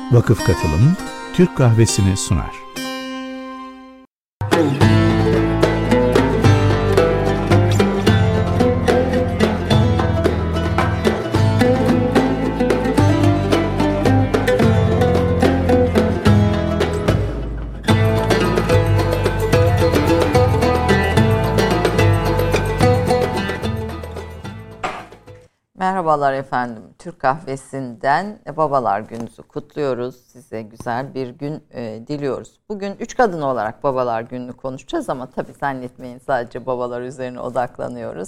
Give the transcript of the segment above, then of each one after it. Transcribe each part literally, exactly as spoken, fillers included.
Vakıf Katılım Türk Kahvesi'ni sunar. Merhabalar efendim. Türk Kahvesi'nden Babalar Günü'nüzü kutluyoruz. Size güzel bir gün e, diliyoruz. Bugün üç kadın olarak Babalar Günü'nü konuşacağız ama tabii zannetmeyin sadece babalar üzerine odaklanıyoruz.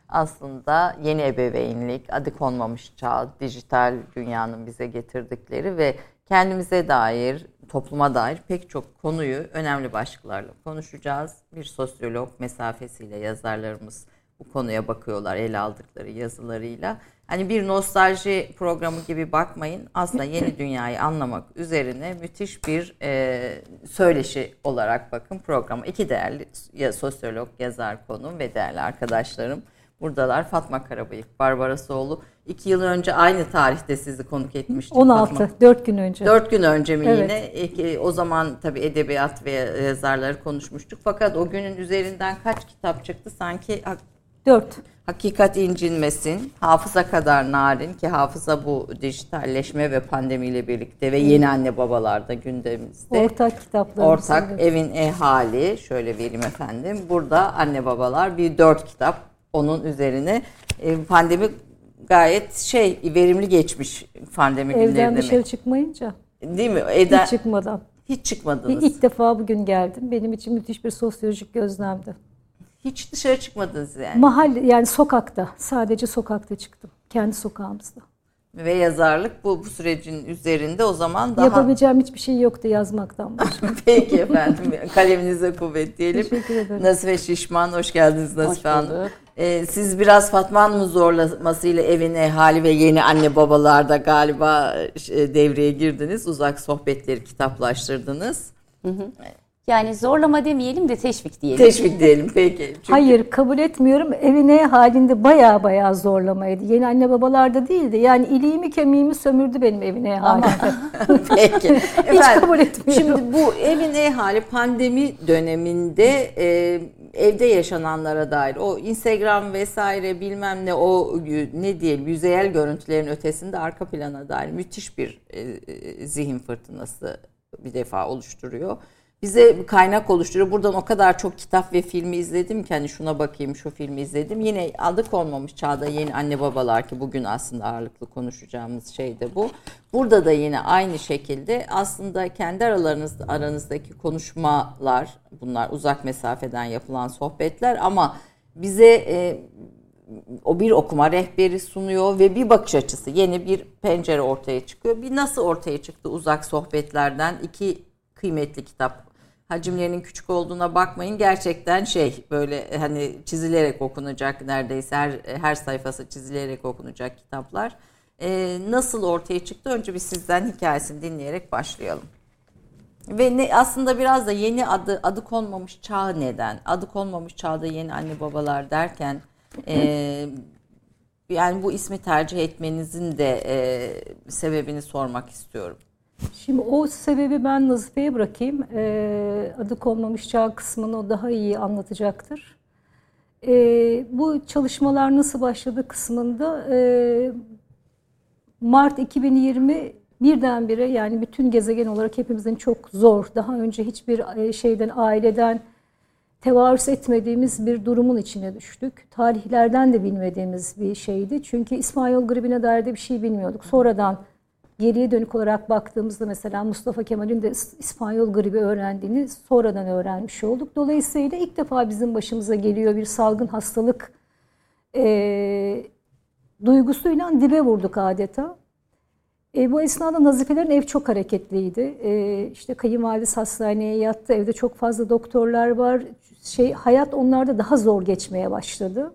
Aslında yeni ebeveynlik, adı konmamış çağ, dijital dünyanın bize getirdikleri ve kendimize dair, topluma dair pek çok konuyu önemli başlıklarla konuşacağız. Bir sosyolog mesafesiyle yazarlarımız bu konuya bakıyorlar ele aldıkları yazılarıyla. Hani bir nostalji programı gibi bakmayın. Aslında yeni dünyayı anlamak üzerine müthiş bir e, söyleşi olarak bakın programa. İki değerli ya, sosyolog, yazar konuğum ve değerli arkadaşlarım buradalar. Fatma Karabıyık, Barbara Soğlu. İki yıl önce aynı tarihte sizi konuk etmiştik. on altı, Fatma. dört gün önce. Dört gün önce mi evet. yine? İki, o zaman tabii edebiyat ve yazarları konuşmuştuk. Fakat o günün üzerinden kaç kitap çıktı sanki... Dört. Hakikat incinmesin, hafıza kadar narin ki hafıza bu dijitalleşme ve pandemiyle birlikte ve yeni anne babalarda gündemimizde. Ortak kitaplarımız. Ortak evet. Evin ehali, şöyle vereyim efendim. Burada anne babalar bir dört kitap onun üzerine. Pandemi gayet şey verimli geçmiş pandemi Evden günleri demek. Evden dışarı çıkmayınca. Değil mi? Evden, hiç çıkmadan. Hiç çıkmadınız. İlk defa bugün geldim. Benim için müthiş bir sosyolojik gözlemdi. Hiç dışarı çıkmadınız yani. Mahalle yani sokakta. Sadece sokakta çıktım. Kendi sokağımızda. Ve yazarlık bu, bu sürecin üzerinde o zaman daha... Yapabileceğim hiçbir şey yoktu yazmaktan başka. Peki efendim. Kaleminize kuvvet diyelim. Teşekkür ederim. Nazife Şişman, hoş geldiniz Nazife hoş Hanım. Ee, siz biraz Fatma Hanım'ın zorlamasıyla evin ehali ve yeni anne babalarda galiba devreye girdiniz. Uzak sohbetleri kitaplaştırdınız. Hı hı. Yani zorlama demeyelim de teşvik diyelim. Teşvik diyelim peki. Çünkü... Hayır kabul etmiyorum. Evine halinde baya baya zorlamaydı. Yeni anne babalarda değildi. Yani iliğimi kemiğimi sömürdü benim evine halinde. Peki. Efendim, hiç kabul etmiyorum. Şimdi bu evin hali pandemi döneminde e, evde yaşananlara dair o Instagram vesaire bilmem ne o ne diyelim yüzeyel görüntülerin ötesinde arka plana dair müthiş bir e, zihin fırtınası bir defa oluşturuyor. Bize kaynak oluşturuyor. Buradan o kadar çok kitap ve filmi izledim ki hani şuna bakayım şu filmi izledim. Yine adı konmamış çağda yeni anne babalar ki bugün aslında ağırlıklı konuşacağımız şey de bu. Burada da yine aynı şekilde aslında kendi aralarınızda aranızdaki konuşmalar bunlar uzak mesafeden yapılan sohbetler ama bize e, o bir okuma rehberi sunuyor ve bir bakış açısı yeni bir pencere ortaya çıkıyor. Bir nasıl ortaya çıktı uzak sohbetlerden iki kıymetli kitap. Hacimlerinin küçük olduğuna bakmayın. Gerçekten şey böyle hani çizilerek okunacak neredeyse her her sayfası çizilerek okunacak kitaplar. Ee, nasıl ortaya çıktı? Önce bir sizden hikayesini dinleyerek başlayalım. Ve ne aslında biraz da yeni adı adı konmamış çağ neden? Adı konmamış çağda yeni anne babalar derken e, yani bu ismi tercih etmenizin de e, sebebini sormak istiyorum. Şimdi o sebebi ben Nazife'ye bırakayım. Ee, adı konmamış çağ kısmını o daha iyi anlatacaktır. Ee, bu çalışmalar nasıl başladı kısmında e, Mart iki bin yirmi birdenbire yani bütün gezegen olarak hepimizin çok zor, daha önce hiçbir şeyden, aileden tevarüs etmediğimiz bir durumun içine düştük. Tarihlerden de bilmediğimiz bir şeydi. Çünkü İspanyol gribine dair de bir şey bilmiyorduk. Sonradan geriye dönük olarak baktığımızda mesela Mustafa Kemal'in de İspanyol gribi öğrendiğini sonradan öğrenmiş olduk. Dolayısıyla ilk defa bizim başımıza geliyor bir salgın hastalık e, duygusuyla dibe vurduk adeta. E, bu esnada Nazifelerin ev çok hareketliydi. E, işte kayınvalidesi hastaneye yattı, evde çok fazla doktorlar var. Şey, hayat onlarda daha zor geçmeye başladı.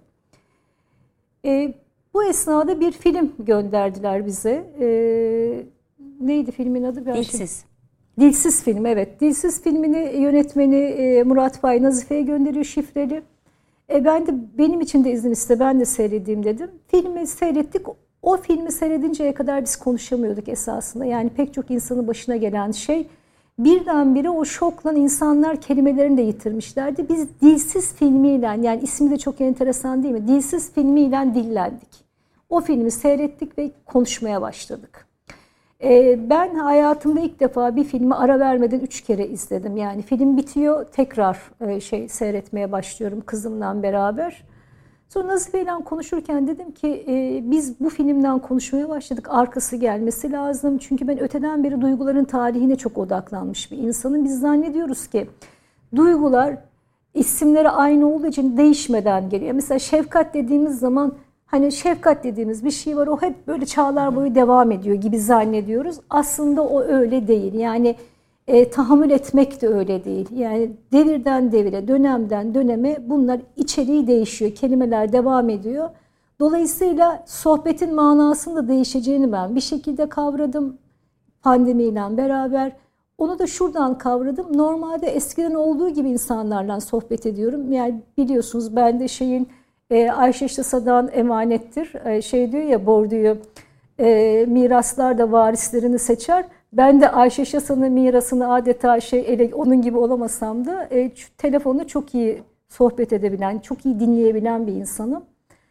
E, Bu esnada bir film gönderdiler bize. Ee, neydi filmin adı? Bir Dilsiz. Şey. Dilsiz film, evet. Dilsiz filmini yönetmeni e, Murat Fay Nazife'ye gönderiyor şifreli. E, ben de benim için de izin iste, ben de seyredeyim dedim. Filmi seyrettik. O filmi seyredinceye kadar biz konuşamıyorduk esasında. Yani pek çok insanın başına gelen şey, birdenbire o şokla insanlar kelimelerini de yitirmişlerdi. Biz Dilsiz filmiyle, yani ismi de çok enteresan değil mi? Dilsiz filmiyle dillendik. O filmi seyrettik ve konuşmaya başladık. Ee, ben hayatımda ilk defa bir filmi ara vermeden üç kere izledim. Yani film bitiyor, tekrar e, şey seyretmeye başlıyorum kızımla beraber. Sonra Nazife ile konuşurken dedim ki e, biz bu filmden konuşmaya başladık. Arkası gelmesi lazım. Çünkü ben öteden beri duyguların tarihine çok odaklanmış bir insanım. Biz zannediyoruz ki duygular isimleri aynı olduğu için değişmeden geliyor. Mesela şefkat dediğimiz zaman hani şefkat dediğimiz bir şey var. O hep böyle çağlar boyu devam ediyor gibi zannediyoruz. Aslında o öyle değil. Yani E, tahammül etmek de öyle değil. Yani devirden devire, dönemden döneme bunlar içeriği değişiyor. Kelimeler devam ediyor. Dolayısıyla sohbetin manasının da değişeceğini ben bir şekilde kavradım pandemiyle beraber. Onu da şuradan kavradım. Normalde eskiden olduğu gibi insanlarla sohbet ediyorum. Yani biliyorsunuz ben de şeyin e, Ayşe Sadan emanettir. E, şey diyor ya Bourdieu, e, miraslar da varislerini seçer. Ben de Ayşe Şasan'ın mirasını adeta şey ele, onun gibi olamasam da e, telefonu çok iyi sohbet edebilen, çok iyi dinleyebilen bir insanım.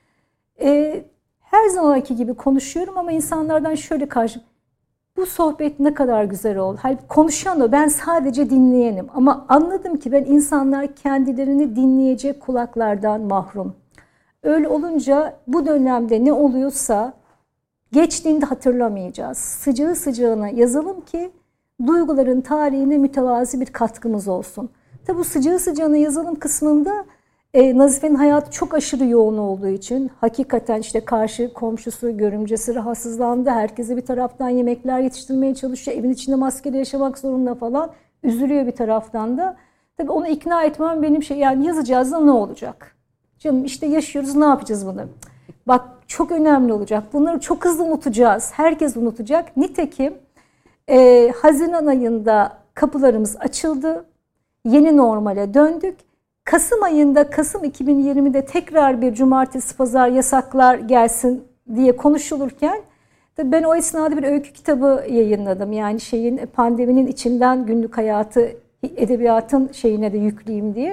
E, her zamanki gibi konuşuyorum ama insanlardan şöyle karşı, bu sohbet ne kadar güzel oldu. Halbuki konuşan o, ben sadece dinleyenim. Ama anladım ki ben insanlar kendilerini dinleyecek kulaklardan mahrum. Öyle olunca bu dönemde ne oluyorsa geçtiğinde hatırlamayacağız. Sıcağı sıcağına yazalım ki duyguların tarihine mütevazi bir katkımız olsun. Tabi bu sıcağı sıcağına yazalım kısmında e, Nazife'nin hayatı çok aşırı yoğun olduğu için hakikaten işte karşı komşusu, görümcesi rahatsızlandı. Herkese bir taraftan yemekler yetiştirmeye çalışıyor. Evin içinde maskeli yaşamak zorunda falan. Üzülüyor bir taraftan da. Tabi onu ikna etmem benim şey, yani yazacağız da ne olacak? Canım işte yaşıyoruz, ne yapacağız bunu? Bak çok önemli olacak. Bunları çok hızlı unutacağız. Herkes unutacak. Nitekim e, Haziran ayında kapılarımız açıldı. Yeni normale döndük. Kasım ayında, Kasım iki bin yirmide tekrar bir cumartesi pazar yasaklar gelsin diye konuşulurken tabii ben o esnada bir öykü kitabı yayınladım. Yani şeyin pandeminin içinden günlük hayatı, edebiyatın şeyine de yükleyeyim diye.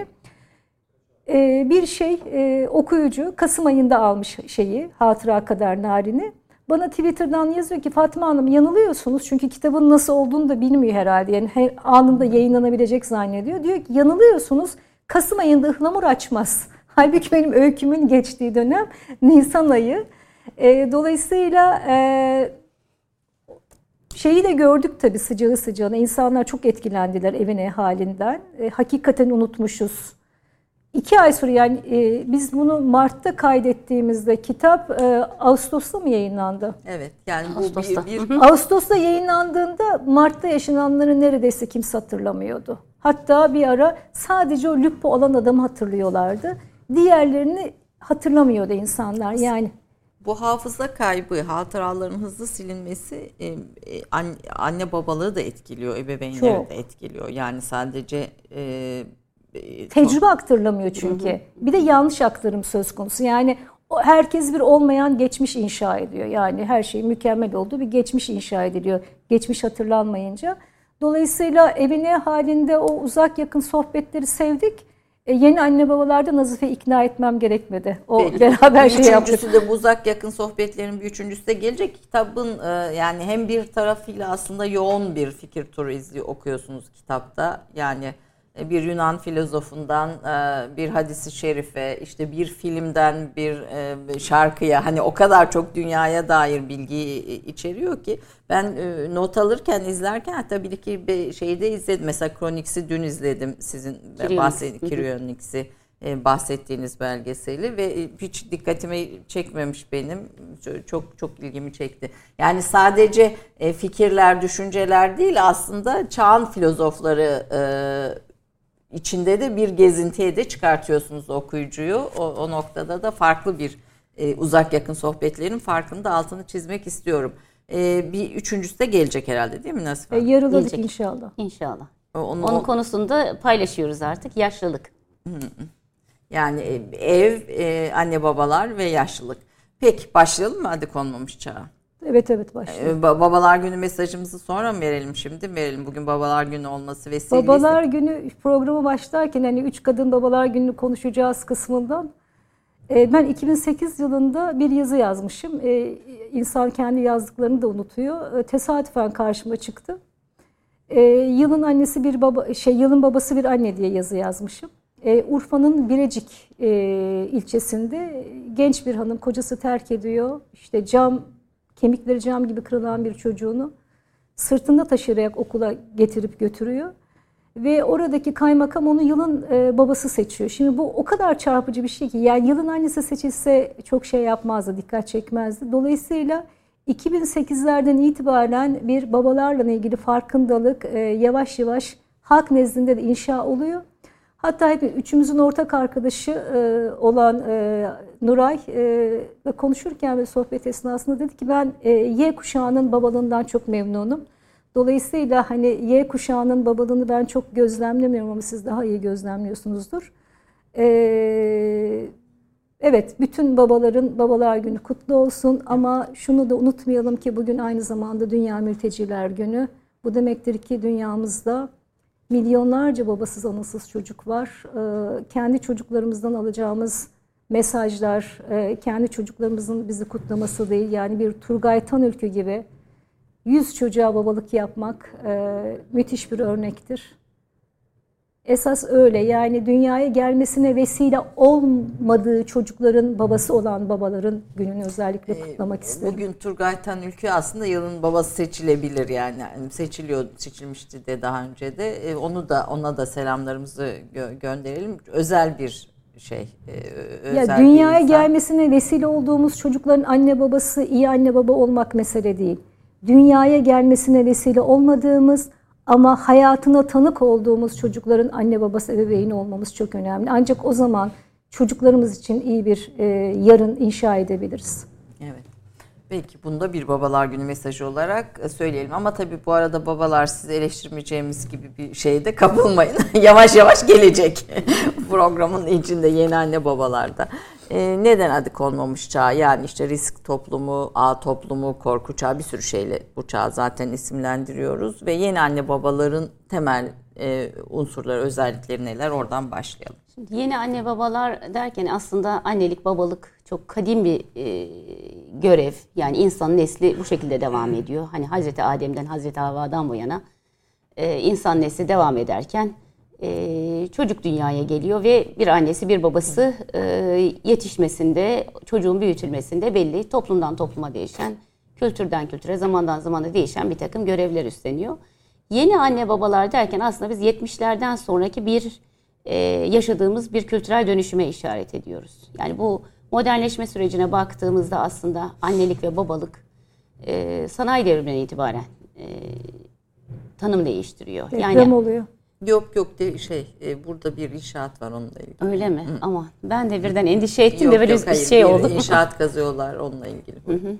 Bir şey okuyucu Kasım ayında almış şeyi, Hatıra Kadar Narin'i. Bana Twitter'dan yazıyor ki Fatma Hanım yanılıyorsunuz çünkü kitabın nasıl olduğunu da bilmiyor herhalde. Yani her anında yayınlanabilecek zannediyor. Diyor ki yanılıyorsunuz, Kasım ayında ıhlamur açmaz. Halbuki benim öykümün geçtiği dönem Nisan ayı. Dolayısıyla şeyi de gördük tabii sıcağı sıcağına. İnsanlar çok etkilendiler evine halinden. Hakikaten unutmuşuz. İki ay sonra yani e, biz bunu Mart'ta kaydettiğimizde kitap e, Ağustos'ta mı yayınlandı? Evet yani bu Ağustos'ta. bir, bir... Ağustos'ta yayınlandığında Mart'ta yaşananları neredeyse kimse hatırlamıyordu. Hatta bir ara sadece o Lupo olan adamı hatırlıyorlardı. Diğerlerini hatırlamıyordu insanlar yani. Bu hafıza kaybı, hatıraların hızlı silinmesi e, e, anne babalığı da etkiliyor, ebeveynleri çok. de etkiliyor. Yani sadece... E, Tecrübe aktarılamıyor çünkü. Hı hı. Bir de yanlış aktarım söz konusu. Yani herkes bir olmayan geçmiş inşa ediyor. Yani her şey mükemmel olduğu bir geçmiş inşa ediliyor. Geçmiş hatırlanmayınca. Dolayısıyla evine halinde o uzak yakın sohbetleri sevdik. E, yeni anne babalarda Nazife'yi ikna etmem gerekmedi. O Peki. beraber şey yaptık. Üçüncüsü de bu uzak yakın sohbetlerin bir üçüncüsü de gelecek. Kitabın e, yani hem bir tarafıyla aslında yoğun bir fikir turu izliyor, okuyorsunuz kitapta. Yani bir Yunan filozofundan bir hadisi şerife, işte bir filmden bir şarkıya, hani o kadar çok dünyaya dair bilgiyi içeriyor ki ben not alırken, izlerken hatta bir iki bir şeyde izledim. Mesela Chronics'i dün izledim, sizin bahsettiğiniz Chronics'i bahsettiğiniz belgeseli ve hiç dikkatimi çekmemiş benim. Çok çok ilgimi çekti. Yani sadece fikirler, düşünceler değil, aslında çağın filozofları İçinde de bir gezintiye de çıkartıyorsunuz okuyucuyu. O, o noktada da farklı bir e, uzak yakın sohbetlerin farkını da altını çizmek istiyorum. E, bir üçüncüsü de gelecek herhalde değil mi Nazife Hanım? E, yarıladık gelecek. inşallah. İnşallah. Onu, Onun konusunda paylaşıyoruz artık. Yaşlılık. Yani ev, e, anne babalar ve yaşlılık. Peki başlayalım mı? Hadi konmamış çağa. Evet evet başlayalım. Ee, Babalar Günü mesajımızı sonra mı verelim şimdi? Verelim, bugün Babalar Günü olması vesilesiyle. Babalar Günü programı başlarken hani üç kadın Babalar Günü'nü konuşacağız kısmından. E, ben iki bin sekiz yılında bir yazı yazmışım. E, insan kendi yazdıklarını da unutuyor. E, tesadüfen karşıma çıktı. E, yılın annesi bir baba, şey yılın babası bir anne diye yazı yazmışım. E, Urfa'nın Birecik e, ilçesinde genç bir hanım kocası terk ediyor. İşte cam, kemikleri cam gibi kırılan bir çocuğunu sırtında taşıyarak okula getirip götürüyor. Ve oradaki kaymakam onu yılın e, babası seçiyor. Şimdi bu o kadar çarpıcı bir şey ki, yani yılın annesi seçilse çok şey yapmazdı, dikkat çekmezdi. Dolayısıyla iki bin sekizlerden itibaren bir babalarla ilgili farkındalık e, yavaş yavaş halk nezdinde de inşa oluyor. Hatta hep üçümüzün ortak arkadaşı e, olan e, Nuray e, konuşurken ve sohbet esnasında dedi ki ben e, Y kuşağının babalığından çok memnunum. Dolayısıyla hani Y kuşağının babalığını ben çok gözlemlemiyorum ama siz daha iyi gözlemliyorsunuzdur. Ee, evet, bütün babaların Babalar Günü kutlu olsun ama şunu da unutmayalım ki bugün aynı zamanda Dünya Mülteciler Günü. Bu demektir ki dünyamızda milyonlarca babasız anasız çocuk var. Ee, kendi çocuklarımızdan alacağımız mesajlar, e, kendi çocuklarımızın bizi kutlaması değil, yani bir Turgay Tanülkü gibi yüz çocuğa babalık yapmak e, müthiş bir örnektir. Esas öyle, yani dünyaya gelmesine vesile olmadığı çocukların babası olan babaların gününü özellikle kutlamak isterim. Bugün Turgay Tanülkü aslında yılın babası seçilebilir, yani seçiliyor, seçilmişti de daha önce de. Onu da ona da selamlarımızı gö- gönderelim. Özel bir şey. Özel ya dünyaya gelmesine vesile olduğumuz çocukların anne babası iyi anne baba olmak mesele değil. Dünyaya gelmesine vesile olmadığımız ama hayatına tanık olduğumuz çocukların anne babası ebeveyni olmamız çok önemli. Ancak o zaman çocuklarımız için iyi bir e, yarın inşa edebiliriz. Evet. Belki bunda bir Babalar Günü mesajı olarak söyleyelim. Ama tabii bu arada babalar, sizi eleştirmeyeceğimiz gibi bir şeyde kapılmayın. Yavaş yavaş gelecek programın içinde yeni anne babalarda. Ee, neden adı konmamış çağ? Yani işte risk toplumu, ağ toplumu, korku çağı, bir sürü şeyle bu çağı zaten isimlendiriyoruz. Ve yeni anne babaların temel e, unsurları, özellikleri neler? Oradan başlayalım. Şimdi yeni anne babalar derken aslında annelik, babalık çok kadim bir e, görev. Yani insanın nesli bu şekilde devam ediyor. Hani Hazreti Adem'den, Hazreti Havva'dan bu yana e, insan nesli devam ederken e, çocuk dünyaya geliyor ve bir annesi, bir babası e, yetişmesinde, çocuğun büyütülmesinde belli toplumdan topluma değişen, kültürden kültüre, zamandan zamana değişen bir takım görevler üstleniyor. Yeni anne babalar derken aslında biz yetmişlerden sonraki bir e, yaşadığımız bir kültürel dönüşüme işaret ediyoruz. Yani bu modernleşme sürecine baktığımızda aslında annelik ve babalık e, sanayi devriminden itibaren e, tanım değiştiriyor. Deprem yani oluyor. Yok yok de şey e, burada bir inşaat var onunla ilgili. Öyle mi? Hı. Ama ben de birden endişe ettim yok, de böyle yok, bir hayır, şey bir oldu. İnşaat kazıyorlar onunla ilgili. Hı hı.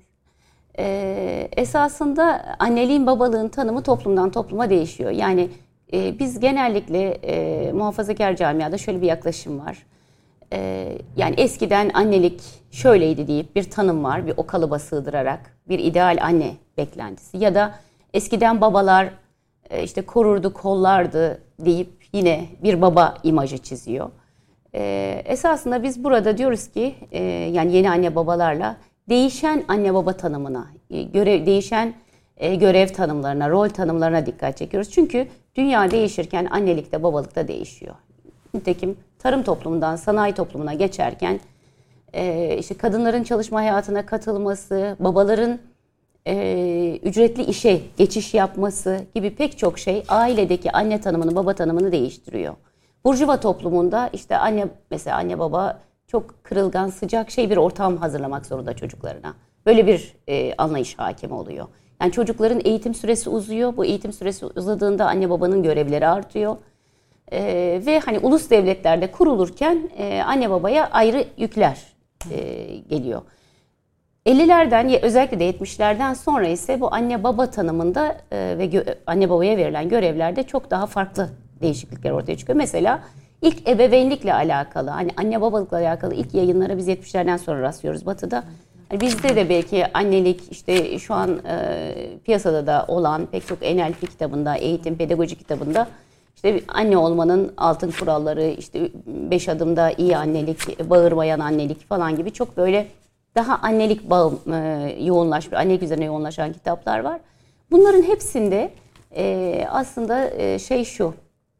Ee, esasında anneliğin, babalığın tanımı toplumdan topluma değişiyor. Yani e, biz genellikle e, muhafazakar camiada şöyle bir yaklaşım var. E, yani eskiden annelik şöyleydi deyip bir tanım var, bir o kalıba sığdırarak bir ideal anne beklentisi. Ya da eskiden babalar e, işte korurdu, kollardı deyip yine bir baba imajı çiziyor. E, esasında biz burada diyoruz ki e, yani yeni anne babalarla değişen anne baba tanımına, görev, değişen e, görev tanımlarına, rol tanımlarına dikkat çekiyoruz. Çünkü dünya değişirken annelik de babalık da değişiyor. Nitekim tarım toplumundan sanayi toplumuna geçerken e, işte kadınların çalışma hayatına katılması, babaların e, ücretli işe geçiş yapması gibi pek çok şey ailedeki anne tanımını, baba tanımını değiştiriyor. Burjuva toplumunda işte anne, mesela anne baba çok kırılgan, sıcak şey bir ortam hazırlamak zorunda çocuklarına. Böyle bir e, anlayış hakim oluyor. Yani çocukların eğitim süresi uzuyor. Bu eğitim süresi uzadığında anne babanın görevleri artıyor. E, ve hani ulus devletlerde kurulurken e, anne babaya ayrı yükler e, geliyor. ellilerden özellikle de yetmişlerden sonra ise bu anne baba tanımında e, ve gö- anne babaya verilen görevlerde çok daha farklı değişiklikler ortaya çıkıyor. Mesela İlk ebeveynlikle alakalı, hani anne babalıkla alakalı ilk yayınlara biz yetmişlerden sonra rastlıyoruz Batı'da. Yani bizde de belki annelik işte şu an e, piyasada da olan pek çok N L P kitabında, eğitim pedagoji kitabında işte anne olmanın altın kuralları, işte beş adımda iyi annelik, bağırmayan annelik falan gibi çok böyle daha annelik bağım, e, yoğunlaşmış, annelik üzerine yoğunlaşan kitaplar var. Bunların hepsinde e, aslında e, şey şu,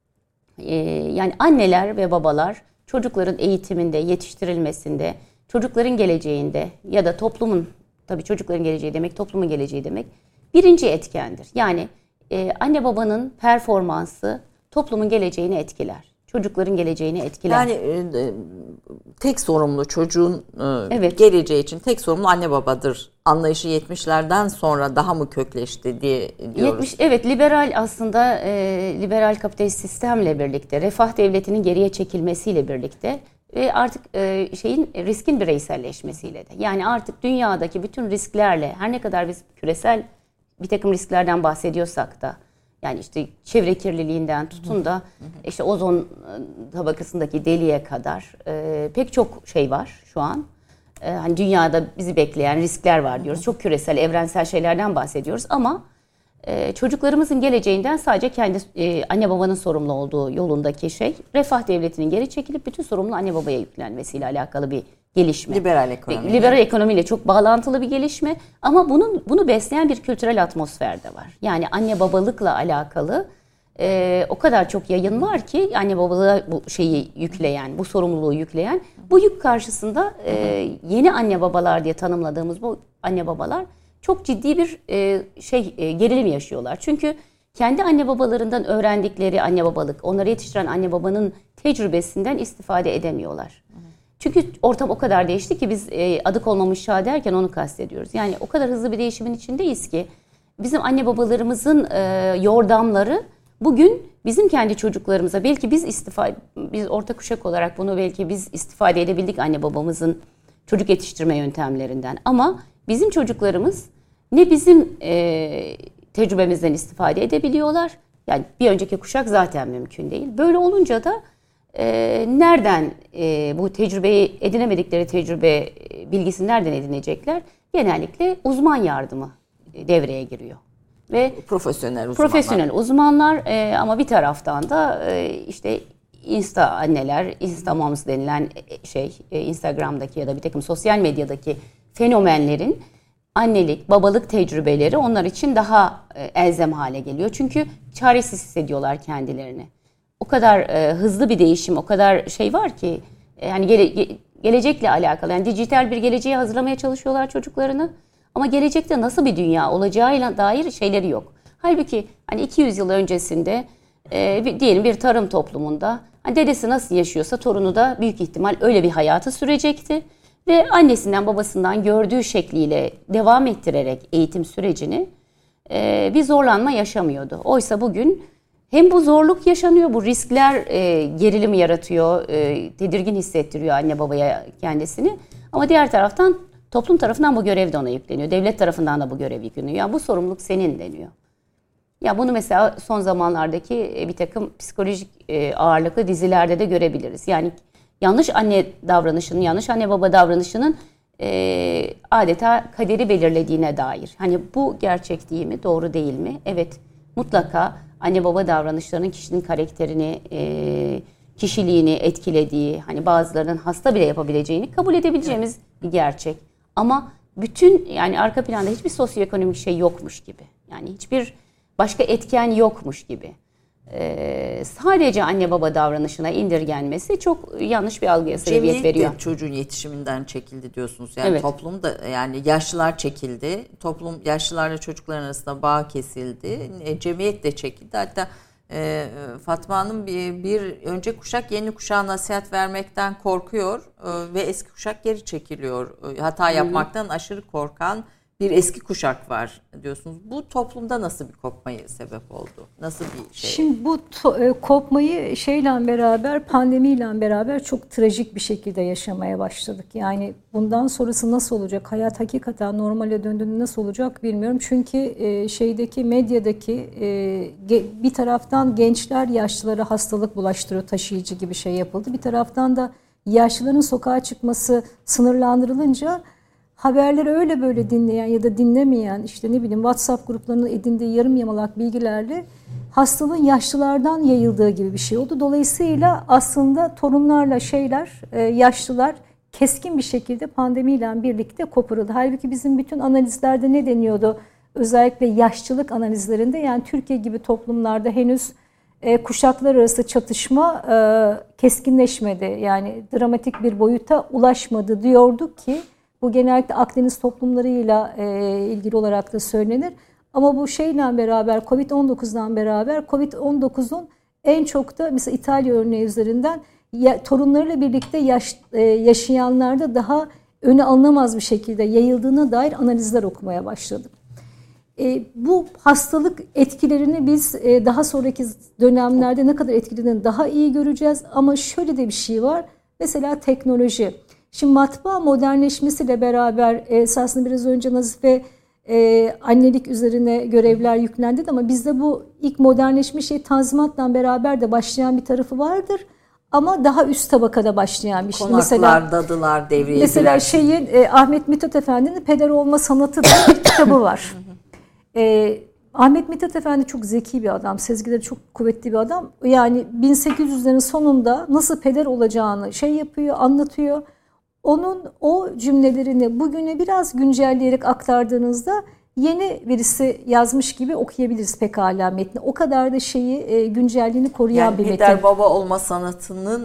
e, yani anneler ve babalar çocukların eğitiminde, yetiştirilmesinde, çocukların geleceğinde ya da toplumun, tabii çocukların geleceği demek toplumun geleceği demek, birinci etkendir. Yani e, anne babanın performansı toplumun geleceğini etkiler. Çocukların geleceğini etkiler. Yani e, tek sorumlu çocuğun e, evet. geleceği için tek sorumlu anne babadır anlayışı yetmişlerden sonra daha mı kökleşti diye diyoruz. yetmiş evet, liberal aslında e, liberal kapitalist sistemle birlikte, refah devletinin geriye çekilmesiyle birlikte ve artık e, şeyin riskin bireyselleşmesiyle de. Yani artık dünyadaki bütün risklerle, her ne kadar biz küresel bir takım risklerden bahsediyorsak da, yani işte çevre kirliliğinden tutun da işte ozon tabakasındaki deliğe kadar e, pek çok şey var şu an. E, hani dünyada bizi bekleyen riskler var diyoruz. Çok küresel, evrensel şeylerden bahsediyoruz ama e, çocuklarımızın geleceğinden sadece kendi e, anne babanın sorumlu olduğu yolundaki şey, refah devletinin geri çekilip bütün sorumluluğu anne babaya yüklenmesiyle alakalı bir gelişme. Liberal ekonomi. Liberal ekonomiyle çok bağlantılı bir gelişme ama bunun bunu besleyen bir kültürel atmosfer de var. Yani anne babalıkla alakalı e, o kadar çok yayın var ki anne babalığa bu şeyi yükleyen, bu sorumluluğu yükleyen, bu yük karşısında e, yeni anne babalar diye tanımladığımız bu anne babalar çok ciddi bir e, şey e, gerilim yaşıyorlar. Çünkü kendi anne babalarından öğrendikleri anne babalık, onları yetiştiren anne babanın tecrübesinden istifade edemiyorlar. Çünkü ortam o kadar değişti ki biz e, adı konmamış çağ derken onu kastediyoruz. Yani o kadar hızlı bir değişimin içindeyiz ki bizim anne babalarımızın e, yordamları bugün bizim kendi çocuklarımıza, belki biz istifade, biz orta kuşak olarak bunu belki biz istifade edebildik anne babamızın çocuk yetiştirme yöntemlerinden. Ama bizim çocuklarımız ne bizim e, tecrübemizden istifade edebiliyorlar. Yani bir önceki kuşak zaten mümkün değil. Böyle olunca da e, nereden e, bu tecrübeyi edinemedikleri tecrübe e, bilgisini nereden edinecekler? Genellikle uzman yardımı e, devreye giriyor. Ve profesyonel uzmanlar. Profesyonel uzmanlar e, ama bir taraftan da e, işte Insta anneler, Insta moms denilen şey e, Instagram'daki ya da bir takım sosyal medyadaki fenomenlerin annelik, babalık tecrübeleri onlar için daha e, elzem hale geliyor. Çünkü çaresiz hissediyorlar kendilerini. O kadar e, hızlı bir değişim, o kadar şey var ki e, yani gele, ge, gelecekle alakalı. Yani dijital bir geleceğe hazırlamaya çalışıyorlar çocuklarını. Ama gelecekte nasıl bir dünya olacağıyla dair şeyleri yok. Halbuki hani iki yüz yıl öncesinde e, bir, diyelim bir tarım toplumunda hani dedesi nasıl yaşıyorsa torunu da büyük ihtimal öyle bir hayatı sürecekti. Ve annesinden babasından gördüğü şekliyle devam ettirerek eğitim sürecini e, bir zorlanma yaşamıyordu. Oysa bugün hem bu zorluk yaşanıyor, bu riskler e, gerilim yaratıyor, e, tedirgin hissettiriyor anne babaya kendisini. Ama diğer taraftan toplum tarafından bu görev de ona yükleniyor. Devlet tarafından da bu görev yükleniyor. Ya bu sorumluluk senin deniyor. Ya bunu mesela son zamanlardaki bir takım psikolojik ağırlıklı dizilerde de görebiliriz. Yani yanlış anne davranışının, yanlış anne baba davranışının e, adeta kaderi belirlediğine dair. Hani bu gerçek değil mi, doğru değil mi? Evet, mutlaka anne baba davranışlarının kişinin karakterini, e, kişiliğini etkilediği, hani bazılarının hasta bile yapabileceğini kabul edebileceğimiz bir gerçek. Ama bütün yani arka planda hiçbir sosyoekonomik şey yokmuş gibi. Yani hiçbir başka etken yokmuş gibi. Ee, sadece anne baba davranışına indirgenmesi çok yanlış bir algıya sebebiyet veriyor. Cemiyet de çocuğun yetişiminden çekildi diyorsunuz. Yani evet. Toplum da yani yaşlılar çekildi. Toplum yaşlılarla çocukların arasında bağ kesildi. E, cemiyet de çekildi. Hatta e, Fatma Hanım bir, bir önce kuşak yeni kuşağa nasihat vermekten korkuyor e, ve eski kuşak geri çekiliyor. E, hata yapmaktan Hı-hı. aşırı korkan bir eski kuşak var diyorsunuz. Bu toplumda nasıl bir kopmayı sebep oldu? Nasıl bir şey? Şimdi bu to- e, kopmayı şeyle beraber, pandemiyle beraber çok trajik bir şekilde yaşamaya başladık. Yani bundan sonrası nasıl olacak? Hayat hakikaten normale döndüğünde nasıl olacak bilmiyorum. Çünkü e, şeydeki medyadaki e, ge- bir taraftan gençler yaşlılara hastalık bulaştırıyor, taşıyıcı gibi şey yapıldı. Bir taraftan da yaşlıların sokağa çıkması sınırlandırılınca haberleri öyle böyle dinleyen ya da dinlemeyen, işte ne bileyim WhatsApp gruplarının edindiği yarım yamalak bilgilerle hastalığın yaşlılardan yayıldığı gibi bir şey oldu. Dolayısıyla aslında torunlarla şeyler, yaşlılar keskin bir şekilde pandemiyle birlikte koparıldı. Halbuki bizim bütün analizlerde ne deniyordu? Özellikle yaşlılık analizlerinde, yani Türkiye gibi toplumlarda henüz kuşaklar arası çatışma keskinleşmedi. Yani dramatik bir boyuta ulaşmadı diyorduk ki, bu genellikle Akdeniz toplumlarıyla e, ilgili olarak da söylenir. Ama bu şeyle beraber, kovid on dokuzdan beraber, kovid on dokuzun en çok da mesela İtalya örneği üzerinden ya, torunlarıyla birlikte yaş, e, yaşayanlarda daha öne alınamaz bir şekilde yayıldığına dair analizler okumaya başladım. E, bu hastalık etkilerini biz e, daha sonraki dönemlerde ne kadar etkilediğini daha iyi göreceğiz. Ama şöyle de bir şey var. Mesela teknoloji. Şimdi matbaa modernleşmesiyle beraber esasında biraz önce Nazife e, annelik üzerine görevler yüklendi ama bizde bu ilk modernleşme şey Tanzimat'la beraber de başlayan bir tarafı vardır. Ama daha üst tabakada başlayan bir şey. Konaklar, mesela, dadılar devreye Mesela şeyin e, Ahmet Mithat Efendi'nin Peder Olma Sanatı diye bir kitabı var. E, Ahmet Mithat Efendi çok zeki bir adam, sezgileri çok kuvvetli bir adam. Yani bin sekiz yüzlerin sonunda nasıl peder olacağını şey yapıyor, anlatıyor. Onun o cümlelerini bugüne biraz güncelleyerek aktardığınızda yeni birisi yazmış gibi okuyabiliriz pekala metni. O kadar da şeyi e, güncelliğini koruyan yani bir metin. Peder baba olma sanatının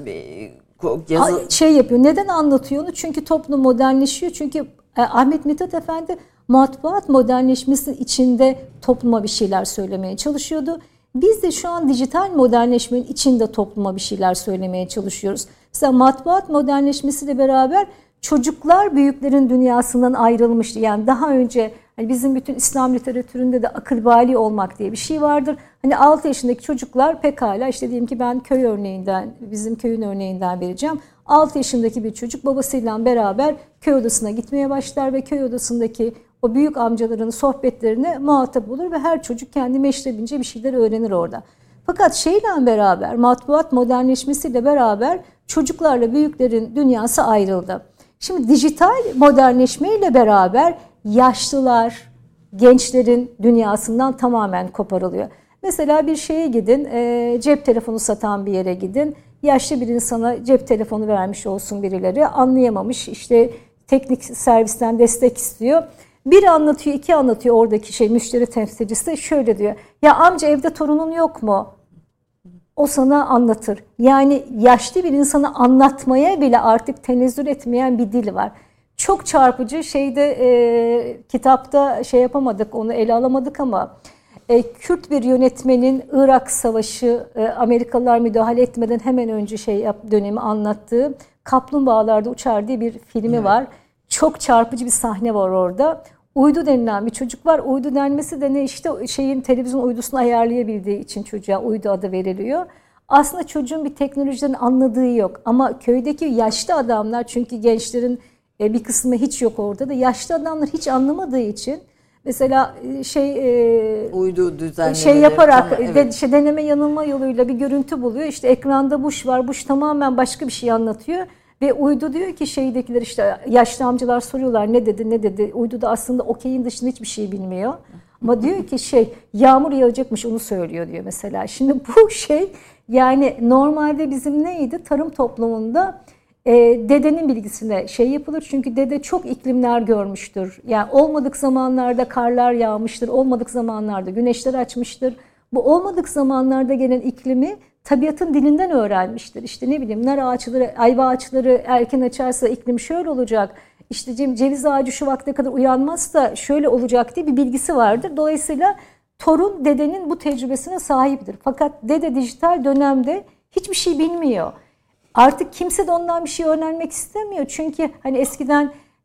e, yazı... Şey yapıyor. Neden anlatıyor onu? Çünkü toplum modernleşiyor. Çünkü e, Ahmet Mithat Efendi matbuat modernleşmesinin içinde topluma bir şeyler söylemeye çalışıyordu. Biz de şu an dijital modernleşmenin içinde topluma bir şeyler söylemeye çalışıyoruz. Mesela matbuat modernleşmesiyle beraber çocuklar büyüklerin dünyasından ayrılmıştı. Yani daha önce hani bizim bütün İslam literatüründe de akıl bali olmak diye bir şey vardır. Hani altı yaşındaki çocuklar pekala, işte diyelim ki ben köy örneğinden, bizim köyün örneğinden vereceğim. altı yaşındaki bir çocuk babasıyla beraber köy odasına gitmeye başlar ve köy odasındaki o büyük amcaların sohbetlerine muhatap olur ve her çocuk kendi meşrebince bir şeyler öğrenir orada. Fakat şeyle beraber, matbuat modernleşmesiyle beraber çocuklarla büyüklerin dünyası ayrıldı. Şimdi dijital modernleşmeyle beraber yaşlılar, gençlerin dünyasından tamamen koparılıyor. Mesela bir şeye gidin, e, cep telefonu satan bir yere gidin. Yaşlı bir insana cep telefonu vermiş olsun birileri, anlayamamış, işte teknik servisten destek istiyor. Bir anlatıyor, iki anlatıyor oradaki şey müşteri temsilcisi de şöyle diyor. Ya amca evde torunun yok mu? O sana anlatır. Yani yaşlı bir insana anlatmaya bile artık tenezzül etmeyen bir dil var. Çok çarpıcı şeyde e, kitapta şey yapamadık, onu ele alamadık ama e, Kürt bir yönetmenin Irak Savaşı, e, Amerikalılar müdahale etmeden hemen önce şey yap, dönemi anlattığı Kaplumbağalarda Uçar diye bir filmi evet. var. Çok çarpıcı bir sahne var orada. Uydu denilen bir çocuk var. Uydu denmesi de ne, işte şeyin televizyon uydusunu ayarlayabildiği için çocuğa uydu adı veriliyor. Aslında çocuğun bir teknolojiden anladığı yok. Ama köydeki yaşlı adamlar, çünkü gençlerin bir kısmı hiç yok orada da, yaşlı adamlar hiç anlamadığı için mesela şey uydu düzenlemeleri şey yaparak tamam, evet. de, şey, deneme yanılma yoluyla bir görüntü buluyor. İşte ekranda Bush var. Bush tamamen başka bir şey anlatıyor. Ve uydu diyor ki şeydekiler, işte yaşlı amcalar soruyorlar ne dedi ne dedi. Uydu da aslında okeyin dışında hiçbir şey bilmiyor. Ama diyor ki şey yağmur yağacakmış onu söylüyor diyor mesela. Şimdi bu şey yani normalde bizim neydi? Tarım toplumunda e, dedenin bilgisine şey yapılır. Çünkü dede çok iklimler görmüştür. Yani olmadık zamanlarda karlar yağmıştır. Olmadık zamanlarda güneşler açmıştır. Bu olmadık zamanlarda gelen iklimi tabiatın dilinden öğrenmiştir. İşte ne bileyim nar ağaçları, ayva ağaçları erken açarsa iklim şöyle olacak. İşte ceviz ağacı şu vakte kadar uyanmazsa şöyle olacak diye bir bilgisi vardır. Dolayısıyla torun dedenin bu tecrübesine sahiptir. Fakat dede dijital dönemde hiçbir şey bilmiyor. Artık kimse de ondan bir şey öğrenmek istemiyor. Çünkü hani eskiden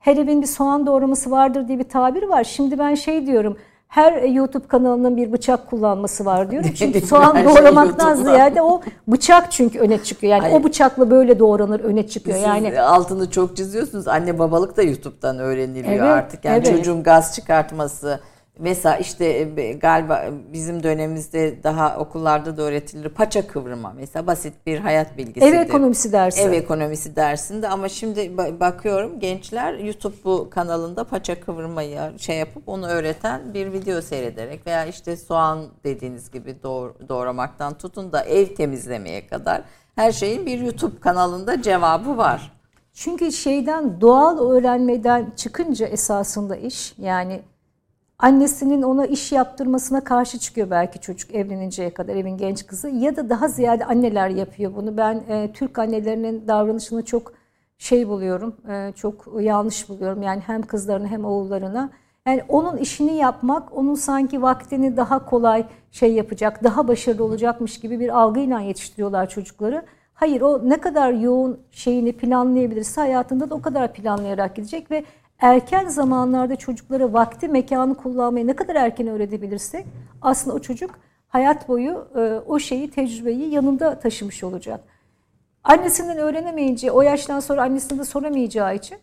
her evin bir soğan doğraması vardır diye bir tabir var. Şimdi ben şey diyorum, her YouTube kanalının bir bıçak kullanması var diyorum. Çünkü soğan doğramaktan ziyade o bıçak çünkü öne çıkıyor. Yani Hayır. o bıçakla böyle doğranır, öne çıkıyor. Siz yani altını çok çiziyorsunuz. Anne babalık da YouTube'dan öğreniliyor evet, artık. Yani evet. çocuğun gaz çıkartması. Mesela işte galiba bizim dönemimizde daha okullarda da öğretilir paça kıvırma. Mesela basit bir hayat bilgisidir. Ev ekonomisi dersi. Ev ekonomisi dersinde ama şimdi bakıyorum gençler YouTube bu kanalında paça kıvırmayı şey yapıp onu öğreten bir video seyrederek veya işte soğan dediğiniz gibi doğramaktan tutun da ev temizlemeye kadar her şeyin bir YouTube kanalında cevabı var. Çünkü şeyden doğal öğrenmeden çıkınca esasında iş yani annesinin ona iş yaptırmasına karşı çıkıyor belki çocuk evleninceye kadar evin genç kızı ya da daha ziyade anneler yapıyor bunu. Ben e, Türk annelerinin davranışını çok şey buluyorum, e, çok yanlış buluyorum. Yani hem kızlarına hem oğullarına. Yani onun işini yapmak, onun sanki vaktini daha kolay şey yapacak, daha başarılı olacakmış gibi bir algıyla yetiştiriyorlar çocukları. Hayır, o ne kadar yoğun şeyini planlayabilirse hayatında da o kadar planlayarak gidecek ve erken zamanlarda çocuklara vakti, mekanı kullanmayı ne kadar erken öğretebilirsek aslında o çocuk hayat boyu e, o şeyi, tecrübeyi yanında taşımış olacak. Annesinden öğrenemeyince, o yaştan sonra annesine de soramayacağı için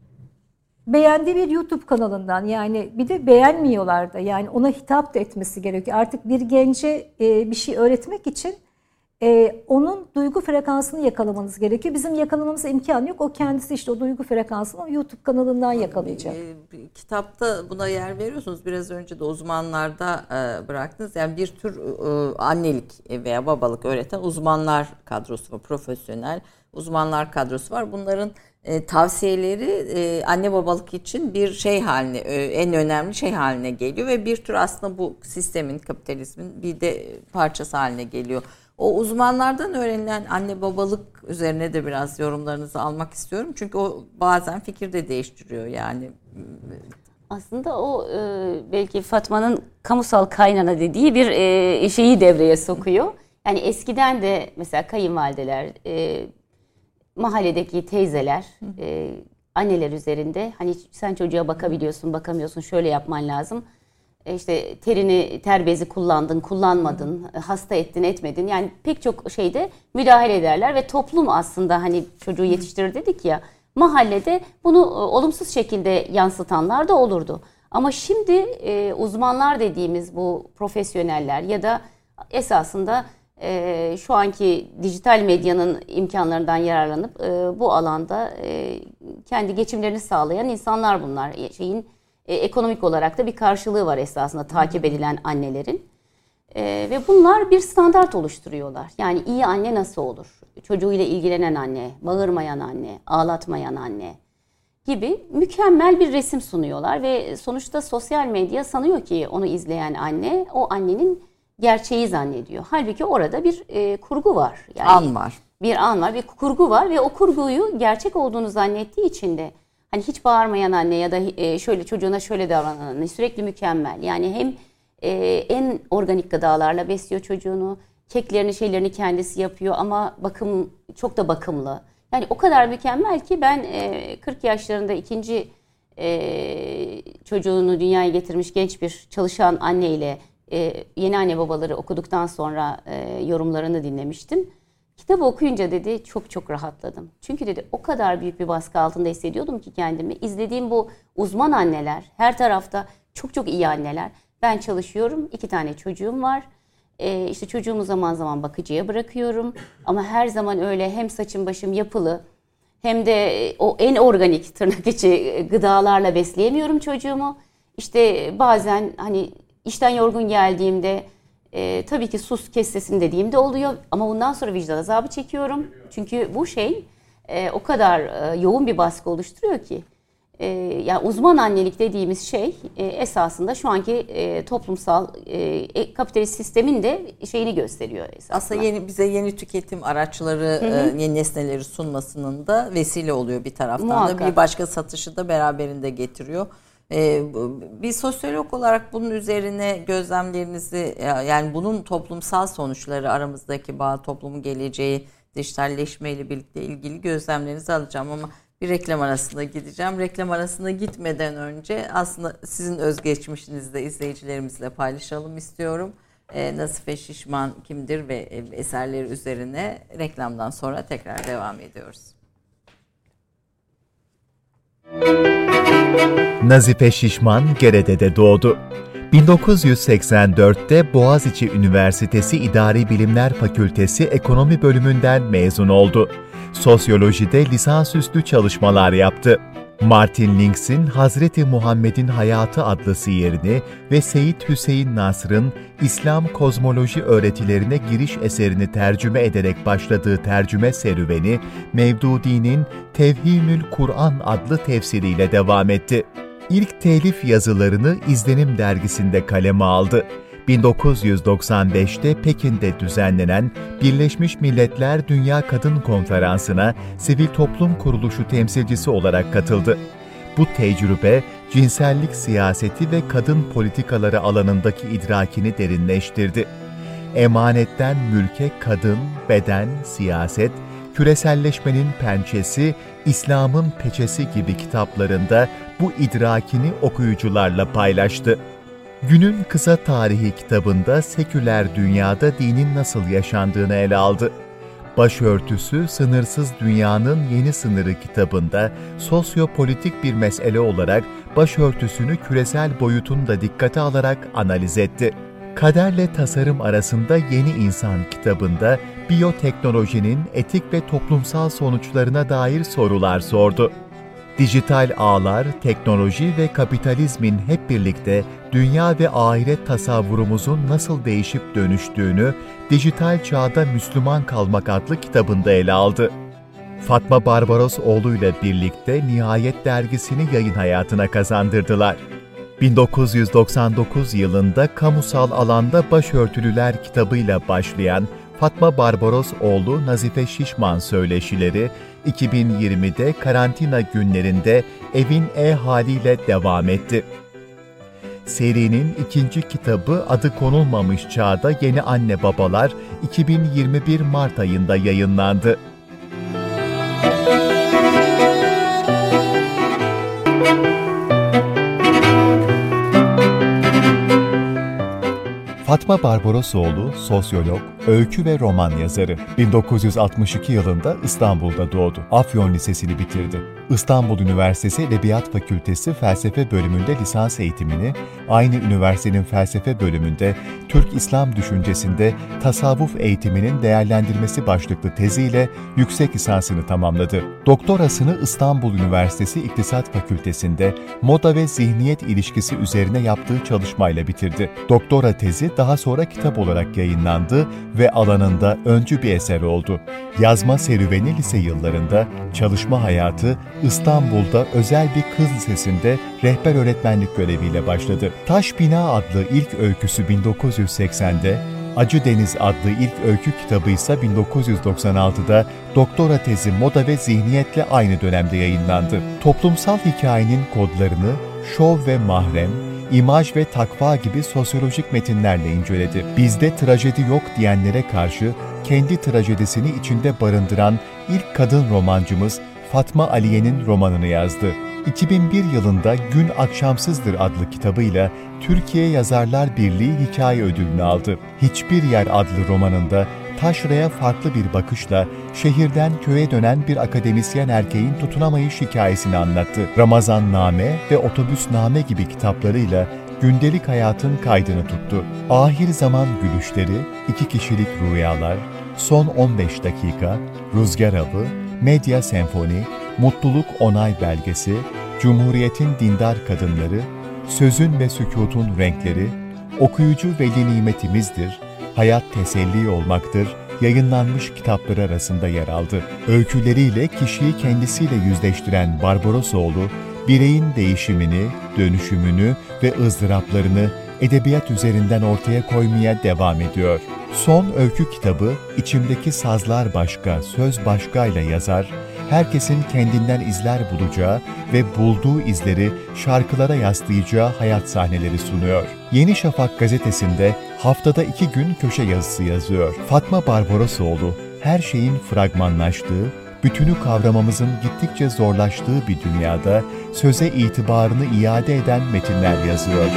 beğendiği bir YouTube kanalından yani bir de beğenmiyorlar da yani ona hitap da etmesi gerekiyor. Artık bir gence e, bir şey öğretmek için Ee, onun duygu frekansını yakalamanız gerekiyor. Bizim yakalamamıza imkan yok. O kendisi işte o duygu frekansını o YouTube kanalından yakalayacak. E, kitapta buna yer veriyorsunuz. Biraz önce de uzmanlarda e, bıraktınız. Yani bir tür e, annelik veya babalık öğreten uzmanlar kadrosu var. Profesyonel uzmanlar kadrosu var. Bunların e, tavsiyeleri e, anne babalık için bir şey haline, e, en önemli şey haline geliyor ve bir tür aslında bu sistemin, kapitalizmin bir de parçası haline geliyor. O uzmanlardan öğrenilen anne babalık üzerine de biraz yorumlarınızı almak istiyorum. Çünkü o bazen fikir de değiştiriyor yani. Aslında o e, belki Fatma'nın kamusal kaynana dediği bir e, şeyi devreye sokuyor. Yani eskiden de mesela kayınvalideler, e, mahalledeki teyzeler, e, anneler üzerinde hani sen çocuğa bakabiliyorsun, bakamıyorsun, şöyle yapman lazım. İşte terini, ter bezi kullandın, kullanmadın, hasta ettin, etmedin. Yani pek çok şeyde müdahale ederler ve toplum aslında hani çocuğu yetiştirir dedik ya, mahallede bunu olumsuz şekilde yansıtanlar da olurdu. Ama şimdi e, uzmanlar dediğimiz bu profesyoneller ya da esasında e, şu anki dijital medyanın imkanlarından yararlanıp e, bu alanda e, kendi geçimlerini sağlayan insanlar bunlar. Şeyin E, ekonomik olarak da bir karşılığı var esasında takip edilen annelerin. E, ve bunlar bir standart oluşturuyorlar. Yani iyi anne nasıl olur? Çocuğuyla ilgilenen anne, bağırmayan anne, ağlatmayan anne gibi mükemmel bir resim sunuyorlar. Ve sonuçta sosyal medya sanıyor ki onu izleyen anne o annenin gerçeği zannediyor. Halbuki orada bir e, kurgu var. Yani an var. Bir an var, bir kurgu var ve o kurguyu gerçek olduğunu zannettiği için de hani hiç bağırmayan anne ya da şöyle çocuğuna şöyle davranan anne sürekli mükemmel. Yani hem en organik gıdalarla besliyor çocuğunu, keklerini şeylerini kendisi yapıyor ama bakım çok da bakımlı. Yani o kadar mükemmel ki ben kırk yaşlarında ikinci çocuğunu dünyaya getirmiş genç bir çalışan anneyle yeni anne babaları okuduktan sonra yorumlarını dinlemiştim. Kitabı okuyunca dedi çok çok rahatladım. Çünkü dedi o kadar büyük bir baskı altında hissediyordum ki kendimi. İzlediğim bu uzman anneler, her tarafta çok çok iyi anneler. Ben çalışıyorum, iki tane çocuğum var. Ee, işte çocuğumu zaman zaman bakıcıya bırakıyorum. Ama her zaman öyle hem saçım başım yapılı hem de o en organik tırnak içi gıdalarla besleyemiyorum çocuğumu. İşte bazen hani işten yorgun geldiğimde Ee, tabii ki sus kes sesini dediğimde oluyor ama bundan sonra vicdan azabı çekiyorum. Çünkü bu şey e, o kadar e, yoğun bir baskı oluşturuyor ki. E, yani uzman annelik dediğimiz şey e, esasında şu anki e, toplumsal e, kapitalist sistemin de şeyini gösteriyor esasında. Aslında yeni, bize yeni tüketim araçları, hı hı. E, yeni nesneleri sunmasının da vesile oluyor bir taraftan Muhakkak. da. Bir başka satışı da beraberinde getiriyor. Ee, bir sosyolog olarak bunun üzerine gözlemlerinizi, yani bunun toplumsal sonuçları, aramızdaki bağ, toplumun geleceği, dijitalleşme ile birlikte ilgili gözlemlerinizi alacağım ama Bir reklam arasına gideceğim. Reklam arasına gitmeden önce aslında sizin özgeçmişinizi de izleyicilerimizle paylaşalım istiyorum. E, Nazife Şişman kimdir ve eserleri üzerine reklamdan sonra tekrar devam ediyoruz. Nazife Şişman Gerede'de doğdu. bin dokuz yüz seksen dörtte Boğaziçi Üniversitesi İdari Bilimler Fakültesi Ekonomi Bölümünden mezun oldu. Sosyolojide lisansüstü çalışmalar yaptı. Martin Links'in Hazreti Muhammed'in Hayatı adlı siyerini ve Seyyid Hüseyin Nasr'ın İslam kozmoloji öğretilerine giriş eserini tercüme ederek başladığı tercüme serüveni, Mevdudi'nin Tevhimül Kur'an adlı tefsiriyle devam etti. İlk telif yazılarını İzlenim dergisinde kaleme aldı. bin dokuz yüz doksan beşte Pekin'de düzenlenen Birleşmiş Milletler Dünya Kadın Konferansı'na sivil toplum kuruluşu temsilcisi olarak katıldı. Bu tecrübe, cinsellik siyaseti ve kadın politikaları alanındaki idrakini derinleştirdi. Emanetten Mülke Kadın, Beden, Siyaset, Küreselleşmenin Pençesi, İslam'ın Peçesi gibi kitaplarında bu idrakini okuyucularla paylaştı. Günün Kısa Tarihi kitabında seküler dünyada dinin nasıl yaşandığını ele aldı. Başörtüsü Sınırsız Dünyanın Yeni Sınırı kitabında sosyopolitik bir mesele olarak başörtüsünü küresel boyutunu da dikkate alarak analiz etti. Kaderle Tasarım Arasında Yeni İnsan kitabında biyoteknolojinin etik ve toplumsal sonuçlarına dair sorular sordu. Dijital ağlar, teknoloji ve kapitalizmin hep birlikte dünya ve ahiret tasavvurumuzun nasıl değişip dönüştüğünü Dijital Çağda Müslüman Kalmak adlı kitabında ele aldı. Fatma Barbarosoğlu ile birlikte Nihayet dergisini yayın hayatına kazandırdılar. bin dokuz yüz doksan dokuz yılında Kamusal Alanda Başörtülüler kitabıyla başlayan Fatma Barbarosoğlu Nazife Şişman söyleşileri, iki bin yirmide karantina günlerinde Evin e-haliyle devam etti. Serinin ikinci kitabı Adı Konulmamış Çağda Yeni Anne Babalar iki bin yirmi bir Mart ayında yayınlandı. Fatma Barbarosoğlu, sosyolog, öykü ve roman yazarı. bin dokuz yüz altmış iki yılında İstanbul'da doğdu. Afyon Lisesi'ni bitirdi. İstanbul Üniversitesi Edebiyat Fakültesi Felsefe Bölümünde lisans eğitimini, aynı üniversitenin felsefe bölümünde Türk İslam düşüncesinde tasavvuf eğitiminin değerlendirmesi başlıklı teziyle yüksek lisansını tamamladı. Doktorasını İstanbul Üniversitesi İktisat Fakültesi'nde moda ve zihniyet ilişkisi üzerine yaptığı çalışmayla bitirdi. Doktora tezi daha sonra kitap olarak yayınlandı ve alanında öncü bir eser oldu. Yazma serüveni lise yıllarında, çalışma hayatı İstanbul'da özel bir kız lisesinde rehber öğretmenlik göreviyle başladı. Taş Bina adlı ilk öyküsü bin dokuz yüz seksende, Acı Deniz adlı ilk öykü kitabı ise bin dokuz yüz doksan altıda doktora tezi moda ve zihniyetle aynı dönemde yayınlandı. Toplumsal hikayenin kodlarını Şov ve Mahrem, İmaj ve Takva gibi sosyolojik metinlerle inceledi. Bizde trajedi yok diyenlere karşı kendi trajedisini içinde barındıran ilk kadın romancımız Fatma Aliye'nin romanını yazdı. iki bin bir yılında Gün Akşamsızdır adlı kitabıyla Türkiye Yazarlar Birliği Hikaye Ödülünü aldı. Hiçbir Yer adlı romanında taşraya farklı bir bakışla şehirden köye dönen bir akademisyen erkeğin tutunamayış hikayesini anlattı. Ramazanname ve Otobüsname gibi kitaplarıyla gündelik hayatın kaydını tuttu. Ahir Zaman Gülüşleri, İki Kişilik Rüyalar, Son on beş Dakika, Rüzgar Avı, Medya Senfoni, Mutluluk Onay Belgesi, Cumhuriyetin Dindar Kadınları, Sözün ve Sükûtun Renkleri, Okuyucu Veli Nimetimizdir, Hayat Teselli Olmaktır yayınlanmış kitapları arasında yer aldı. Öyküleriyle kişiyi kendisiyle yüzleştiren Barbarosoğlu, bireyin değişimini, dönüşümünü ve ızdıraplarını edebiyat üzerinden ortaya koymaya devam ediyor. Son öykü kitabı, İçimdeki Sazlar Başka, Söz Başka'yla yazar, herkesin kendinden izler bulacağı ve bulduğu izleri şarkılara yaslayacağı hayat sahneleri sunuyor. Yeni Şafak gazetesinde haftada iki gün köşe yazısı yazıyor. Fatma Barbarosoğlu, her şeyin fragmanlaştığı, bütünü kavramamızın gittikçe zorlaştığı bir dünyada söze itibarını iade eden metinler yazıyor.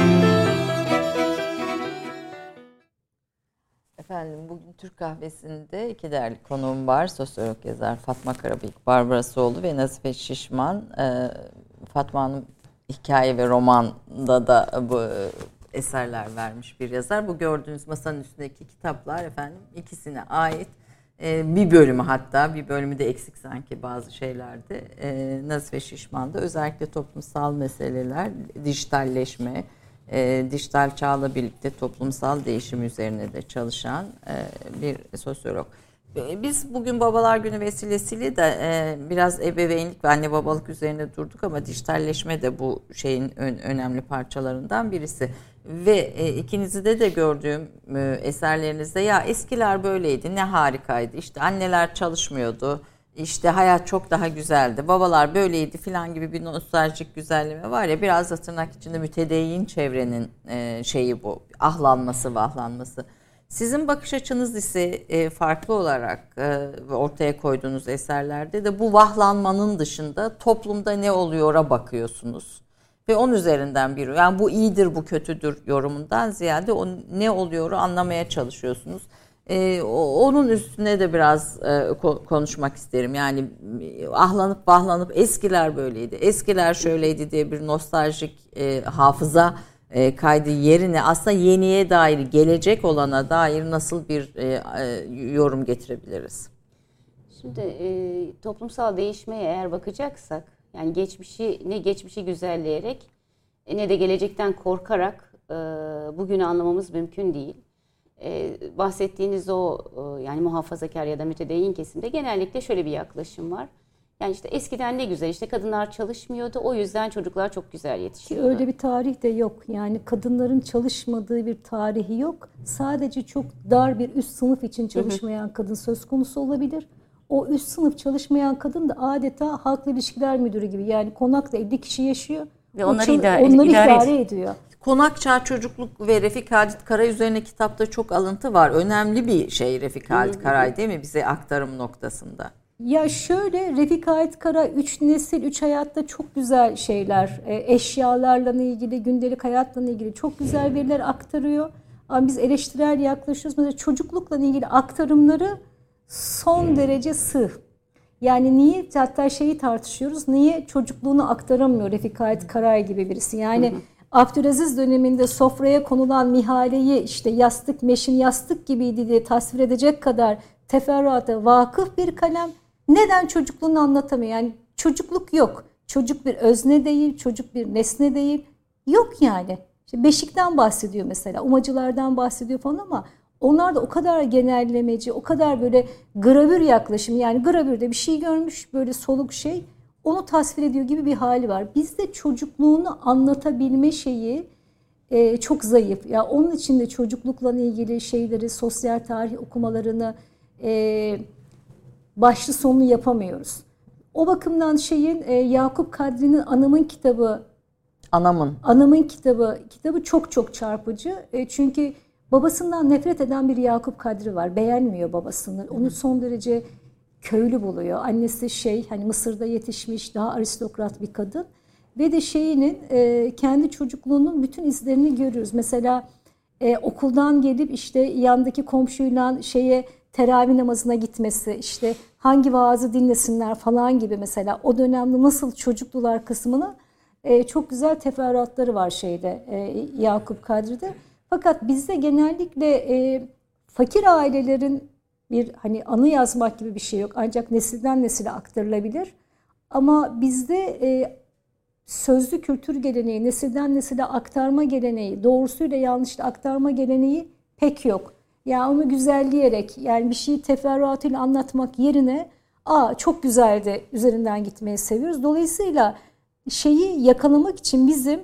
Efendim bugün Türk Kahvesi'nde iki değerli konuğum var. Sosyolog yazar Fatma Karabıyık Barbarasoğlu ve Nazife Şişman. Ee, Fatma Hanım hikaye ve romanda da bu eserler vermiş bir yazar. Bu gördüğünüz masanın üstündeki kitaplar efendim ikisine ait. Ee, bir bölümü hatta bir bölümü de eksik sanki bazı şeylerde. Ee, Nazife Şişman'da özellikle toplumsal meseleler, dijitalleşme, E, dijital çağla birlikte toplumsal değişim üzerine de çalışan e, bir sosyolog. E, biz bugün Babalar Günü vesilesiyle de e, biraz ebeveynlik ve anne babalık üzerine durduk ama dijitalleşme de bu şeyin ön, önemli parçalarından birisi. Ve e, ikinizde de gördüğüm e, eserlerinizde ya eskiler böyleydi, ne harikaydı, işte anneler çalışmıyordu, İşte hayat çok daha güzeldi, babalar böyleydi filan gibi bir nostaljik güzelleme var ya, biraz da tırnak içinde mütedeyyin çevrenin e, şeyi bu, ahlanması vahlanması. Sizin bakış açınız ise e, farklı olarak e, ortaya koyduğunuz eserlerde de bu vahlanmanın dışında toplumda ne oluyor'a bakıyorsunuz. Ve onun üzerinden bir, yani bu iyidir bu kötüdür yorumundan ziyade o ne oluyor'u anlamaya çalışıyorsunuz. Ee, onun üstüne de biraz e, konuşmak isterim. Yani ahlanıp vahlanıp eskiler böyleydi, eskiler şöyleydi diye bir nostaljik e, hafıza e, kaydı yerine aslında yeniye dair, gelecek olana dair nasıl bir e, e, yorum getirebiliriz? Şimdi e, toplumsal değişmeye eğer bakacaksak, yani geçmişi ne geçmişi güzelleyerek e, ne de gelecekten korkarak e, bugünü anlamamız mümkün değil. Ee, bahsettiğiniz o yani muhafazakar ya da mütedeyyin kesimde genellikle şöyle bir yaklaşım var. Yani işte eskiden ne güzel, işte kadınlar çalışmıyordu, o yüzden çocuklar çok güzel yetişiyordu. Öyle bir tarih de yok. Yani kadınların çalışmadığı bir tarihi yok. Sadece çok dar bir üst sınıf için çalışmayan hı hı. kadın söz konusu olabilir. O üst sınıf çalışmayan kadın da adeta halkla ilişkiler müdürü gibi. Yani konakta elli kişi yaşıyor ve onları çal- idare, onları idare, idare ediyor. Konak Çağ Çocukluk ve Refik Halit Karay üzerine kitapta çok alıntı var. Önemli bir şey Refik Halit Karay değil mi bize aktarım noktasında? Ya şöyle, Refik Halit Karay üç nesil, üç hayatta çok güzel şeyler, eşyalarla ilgili, gündelik hayatla ilgili çok güzel veriler aktarıyor. Ama biz eleştirel yaklaşıyoruz. Mesela çocuklukla ilgili aktarımları son derece sığ. Yani niye, hatta şeyi tartışıyoruz, niye çocukluğunu aktaramıyor Refik Halit Karay gibi birisi? Yani Abdülaziz döneminde sofraya konulan mihaleyi işte yastık, meşin yastık gibiydi diye tasvir edecek kadar teferruata vakıf bir kalem neden çocukluğunu anlatamıyor? Yani çocukluk yok. Çocuk bir özne değil, çocuk bir nesne değil. Yok yani. İşte beşikten bahsediyor mesela, umacılardan bahsediyor falan ama onlar da o kadar genellemeci, o kadar böyle gravür yaklaşım. Yani gravürde bir şey görmüş, böyle soluk şey, onu tasvir ediyor gibi bir hali var. Bizde çocukluğunu anlatabilme şeyi e, çok zayıf. Ya yani onun için de çocuklukla ilgili şeyleri, sosyal tarih okumalarını e, başlı sonlu yapamıyoruz. O bakımdan şeyin e, Yakup Kadri'nin Anamın kitabı, Anamın. Anamın kitabı, kitabı çok çok çarpıcı. E, çünkü babasından nefret eden bir Yakup Kadri var. Beğenmiyor babasını. Onu son derece köylü buluyor. Annesi şey, hani Mısır'da yetişmiş, daha aristokrat bir kadın. Ve de şeyinin e, kendi çocukluğunun bütün izlerini görüyoruz. Mesela e, okuldan gelip işte yandaki komşuyla şeye teravih namazına gitmesi, işte hangi vaazı dinlesinler falan gibi mesela o dönemde nasıl çocuklular kısmını e, çok güzel teferruatları var şeyde e, Yakup Kadri'de. Fakat bizde genellikle e, fakir ailelerin bir hani anı yazmak gibi bir şey yok. Ancak nesilden nesile aktarılabilir. Ama bizde e, sözlü kültür geleneği, nesilden nesile aktarma geleneği, doğrusuyla yanlışla aktarma geleneği pek yok. Yani onu güzelleyerek, yani bir şeyi teferruatıyla anlatmak yerine aa çok güzeldi üzerinden gitmeyi seviyoruz. Dolayısıyla şeyi yakalamak için bizim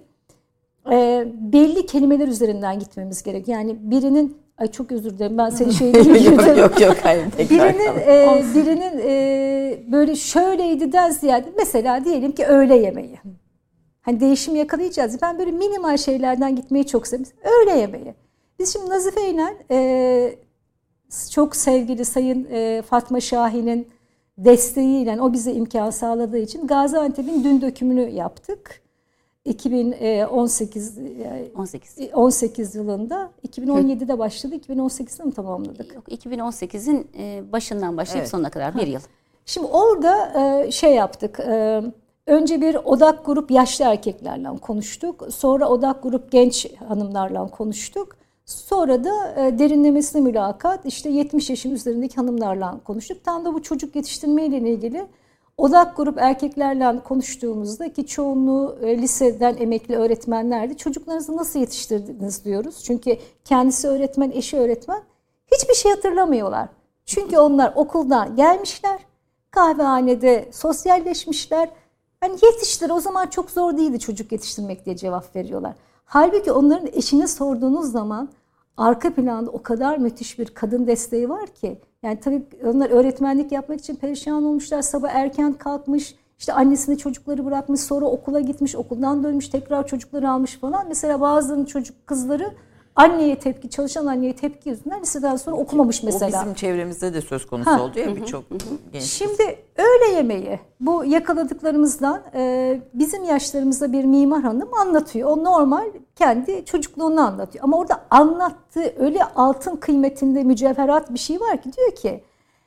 e, belli kelimeler üzerinden gitmemiz gerek. Yani birinin, ay çok özür dilerim ben seni şeyi yok yok yok hayır tekrar. Birinin, e, birinin e, böyle şöyleydi'den ziyade mesela diyelim ki öğle yemeği. Hani değişim yakalayacağız. Ben böyle minimal şeylerden gitmeyi çok seviyorum. Öğle yemeği. Biz şimdi Nazife ile e, çok sevgili Sayın e, Fatma Şahin'in desteğiyle o bize imkan sağladığı için Gaziantep'in dün dökümünü yaptık. iki bin on sekiz on sekiz on sekiz yılında, iki bin on yedide başladı, iki bin on sekizde mi tamamladık? Yok, iki bin on sekizin başından başlayıp evet. sonuna kadar bir yıl. Şimdi orada şey yaptık. Önce bir odak grup yaşlı erkeklerle konuştuk. Sonra odak grup genç hanımlarla konuştuk. Sonra da derinlemesine mülakat işte yetmiş yaşın üzerindeki hanımlarla konuştuk. Tam da bu çocuk yetiştirmeyle ilgili odak grup erkeklerle konuştuğumuzda, ki çoğunluğu liseden emekli öğretmenlerdi. Çocuklarınızı nasıl yetiştirdiniz diyoruz. Çünkü kendisi öğretmen, eşi öğretmen. Hiçbir şey hatırlamıyorlar. Çünkü onlar okuldan gelmişler, kahvehanede sosyalleşmişler. Hani yetiştir, o zaman çok zor değildi çocuk yetiştirmek diye cevap veriyorlar. Halbuki onların eşine sorduğunuz zaman arka planda o kadar müthiş bir kadın desteği var ki. Yani tabii onlar öğretmenlik yapmak için perişan olmuşlar. Sabah erken kalkmış, işte annesini çocukları bırakmış, sonra okula gitmiş, okuldan dönmüş, tekrar çocukları almış falan. Mesela bazılarının çocuk kızları anneye tepki, çalışan anneye tepki yüzünden liseden sonra okumamış mesela. O bizim çevremizde de söz konusu ha. oldu ya birçok genç. Şimdi öğle yemeği, bu yakaladıklarımızdan e, bizim yaşlarımızda bir mimar hanım anlatıyor. O normal kendi çocukluğunu anlatıyor. Ama orada anlattığı öyle altın kıymetinde mücevherat bir şey var ki, diyor ki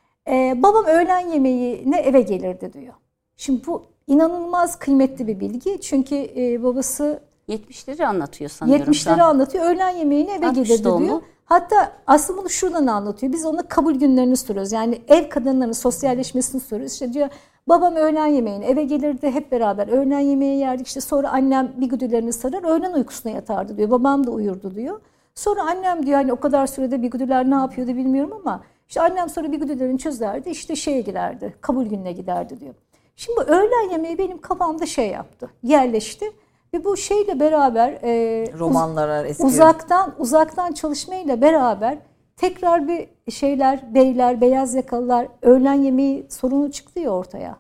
e, babam öğlen yemeğine eve gelirdi diyor. Şimdi bu inanılmaz kıymetli bir bilgi. Çünkü e, babası yetmişleri anlatıyor sanıyorum. yetmişleri anlatıyor. Öğlen yemeğine eve gelirdi diyor. Hatta aslında bunu şuradan anlatıyor. Biz ona kabul günlerini soruyoruz. Yani ev kadınlarının sosyalleşmesini soruyoruz. İşte diyor, babam öğlen yemeğine eve gelirdi. Hep beraber öğlen yemeği yerdik. İşte sonra annem bigüdülerini sarar, öğlen uykusuna yatardı diyor. Babam da uyurdu diyor. Sonra annem diyor, hani o kadar sürede bigüdüler ne yapıyordu bilmiyorum ama işte annem sonra bigüdülerini çözerdi. İşte şeye giderdi, kabul gününe giderdi diyor. Şimdi öğlen yemeği benim kafamda şey yaptı, yerleşti. Ve bu şeyle beraber e, romanlar uz, uzaktan uzaktan çalışmayla beraber tekrar bir şeyler, beyler, beyaz yakalılar öğlen yemeği sorunu çıktı ya ortaya.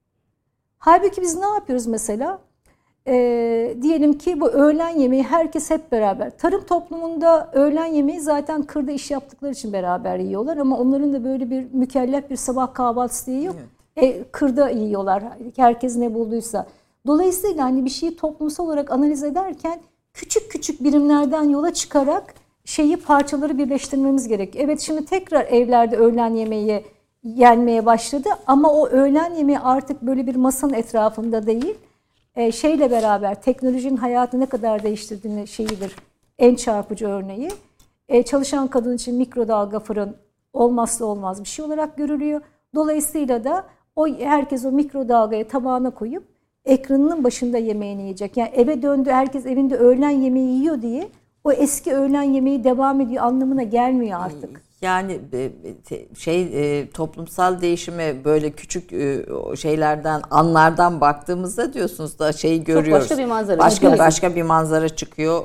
Halbuki biz ne yapıyoruz mesela? E, diyelim ki bu öğlen yemeği herkes hep beraber. Tarım toplumunda öğlen yemeği zaten kırda iş yaptıkları için beraber yiyorlar ama onların da böyle bir mükellef bir sabah kahvaltısı diye yok. Evet. E, kırda yiyorlar. Herkes ne bulduysa. Dolayısıyla hani bir şeyi toplumsal olarak analiz ederken küçük küçük birimlerden yola çıkarak şeyi, parçaları birleştirmemiz gerekiyor. Evet, şimdi tekrar evlerde öğlen yemeği yenmeye başladı ama o öğlen yemeği artık böyle bir masanın etrafında değil, e, şeyle beraber teknolojinin hayatı ne kadar değiştirdiğini şeyidir en çarpıcı örneği. E, çalışan kadın için mikrodalga fırın olmazsa olmaz bir şey olarak görülüyor. Dolayısıyla da o herkes o mikrodalgaya tabağına koyup ekranının başında yemeğini yiyecek. Yani eve döndü, herkes evinde öğlen yemeği yiyor diye o eski öğlen yemeği devam ediyor anlamına gelmiyor artık. Yani şey toplumsal değişime böyle küçük şeylerden, anlardan baktığımızda diyorsunuz da şeyi görüyoruz. Çok başka bir manzara. Başka başka bir manzara çıkıyor.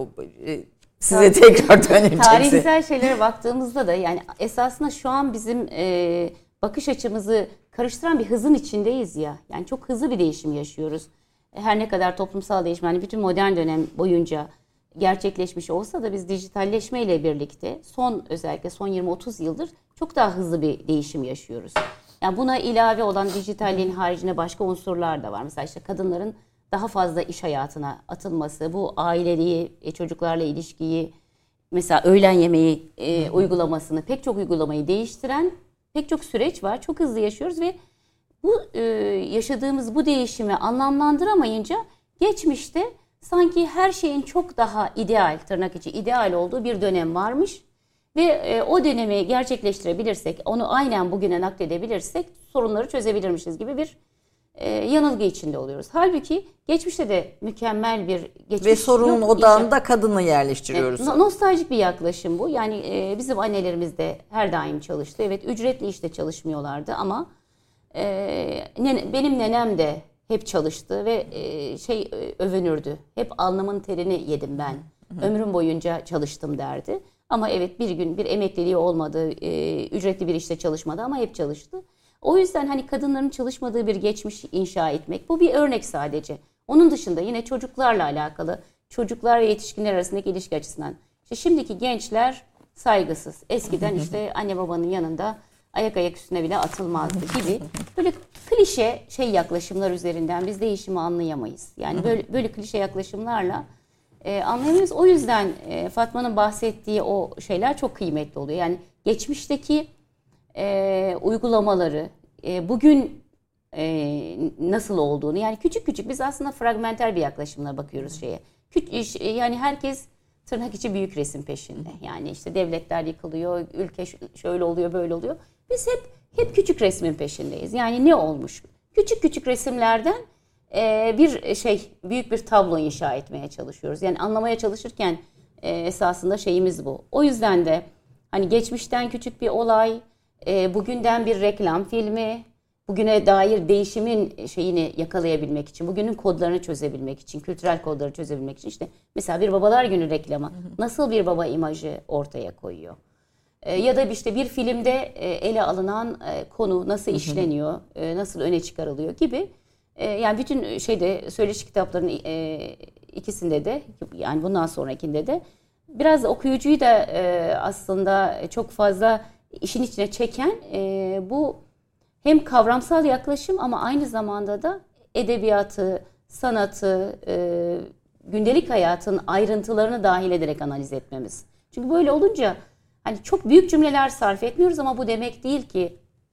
Size tekrar döneceğim. Tarihsel şeylere baktığımızda da yani esasında şu an bizim e, bakış açımızı karıştıran bir hızın içindeyiz ya. Yani çok hızlı bir değişim yaşıyoruz. Her ne kadar toplumsal değişim, yani bütün modern dönem boyunca gerçekleşmiş olsa da biz dijitalleşmeyle birlikte son özellikle son yirmi otuz yıldır çok daha hızlı bir değişim yaşıyoruz. Yani buna ilave olan dijitalliğin haricinde başka unsurlar da var. Mesela işte kadınların daha fazla iş hayatına atılması, bu aileliği, çocuklarla ilişkiyi, mesela öğlen yemeği e, uygulamasını, pek çok uygulamayı değiştiren pek çok süreç var. Çok hızlı yaşıyoruz ve bu e, yaşadığımız bu değişimi anlamlandıramayınca geçmişte sanki her şeyin çok daha ideal, tırnak içi ideal olduğu bir dönem varmış ve e, o dönemi gerçekleştirebilirsek, onu aynen bugüne nakledebilirsek sorunları çözebilirmişiz gibi bir e, yanılgı içinde oluyoruz. Halbuki geçmişte de mükemmel bir geçmiş ve sorunun yok. odağında işte kadını yerleştiriyoruz. Evet, nostaljik bir yaklaşım bu. Yani e, bizim annelerimiz de her daim çalıştı. Evet, ücretli işte çalışmıyorlardı ama e, nene, benim nenem de hep çalıştı ve e, şey e, övünürdü. Hep alnımın terini yedim ben. Hı hı. Ömrüm boyunca çalıştım derdi. Ama evet, bir gün bir emekliliği olmadı, e, ücretli bir işte çalışmadı ama hep çalıştı. O yüzden hani kadınların çalışmadığı bir geçmiş inşa etmek, bu bir örnek sadece. Onun dışında yine çocuklarla alakalı, çocuklar ve yetişkinler arasındaki ilişki açısından. İşte şimdiki gençler saygısız. Eskiden işte anne babanın yanında ayak ayak üstüne bile atılmazdı gibi böyle klişe şey yaklaşımlar üzerinden biz değişimi anlayamayız. Yani böyle böyle klişe yaklaşımlarla e, anlayamayız. O yüzden e, Fatma'nın bahsettiği o şeyler çok kıymetli oluyor. Yani geçmişteki e, uygulamaları e, bugün e, nasıl olduğunu, yani küçük küçük biz aslında fragmenter bir yaklaşımla bakıyoruz şeye. Küç, yani herkes tırnak içi büyük resim peşinde. Yani işte devletler yıkılıyor, ülke şöyle oluyor, böyle oluyor. Biz hep hep küçük resmin peşindeyiz. Yani ne olmuş? Küçük küçük resimlerden e, bir şey, büyük bir tablo inşa etmeye çalışıyoruz. Yani anlamaya çalışırken e, esasında şeyimiz bu. O yüzden de hani geçmişten küçük bir olay, e, bugünden bir reklam filmi, bugüne dair değişimin şeyini yakalayabilmek için, bugünün kodlarını çözebilmek için, kültürel kodları çözebilmek için işte mesela bir Babalar Günü reklamı nasıl bir baba imajı ortaya koyuyor? Ee, ya da işte bir filmde e, ele alınan e, konu nasıl işleniyor, e, nasıl öne çıkarılıyor gibi. E, yani bütün şeyde söyleşi kitaplarının e, ikisinde de, yani bundan sonrakinde de biraz okuyucuyu da e, aslında çok fazla işin içine çeken e, bu hem kavramsal yaklaşım ama aynı zamanda da edebiyatı, sanatı, e, gündelik hayatın ayrıntılarını dahil ederek analiz etmemiz. Çünkü böyle olunca hani çok büyük cümleler sarf etmiyoruz ama bu demek değil ki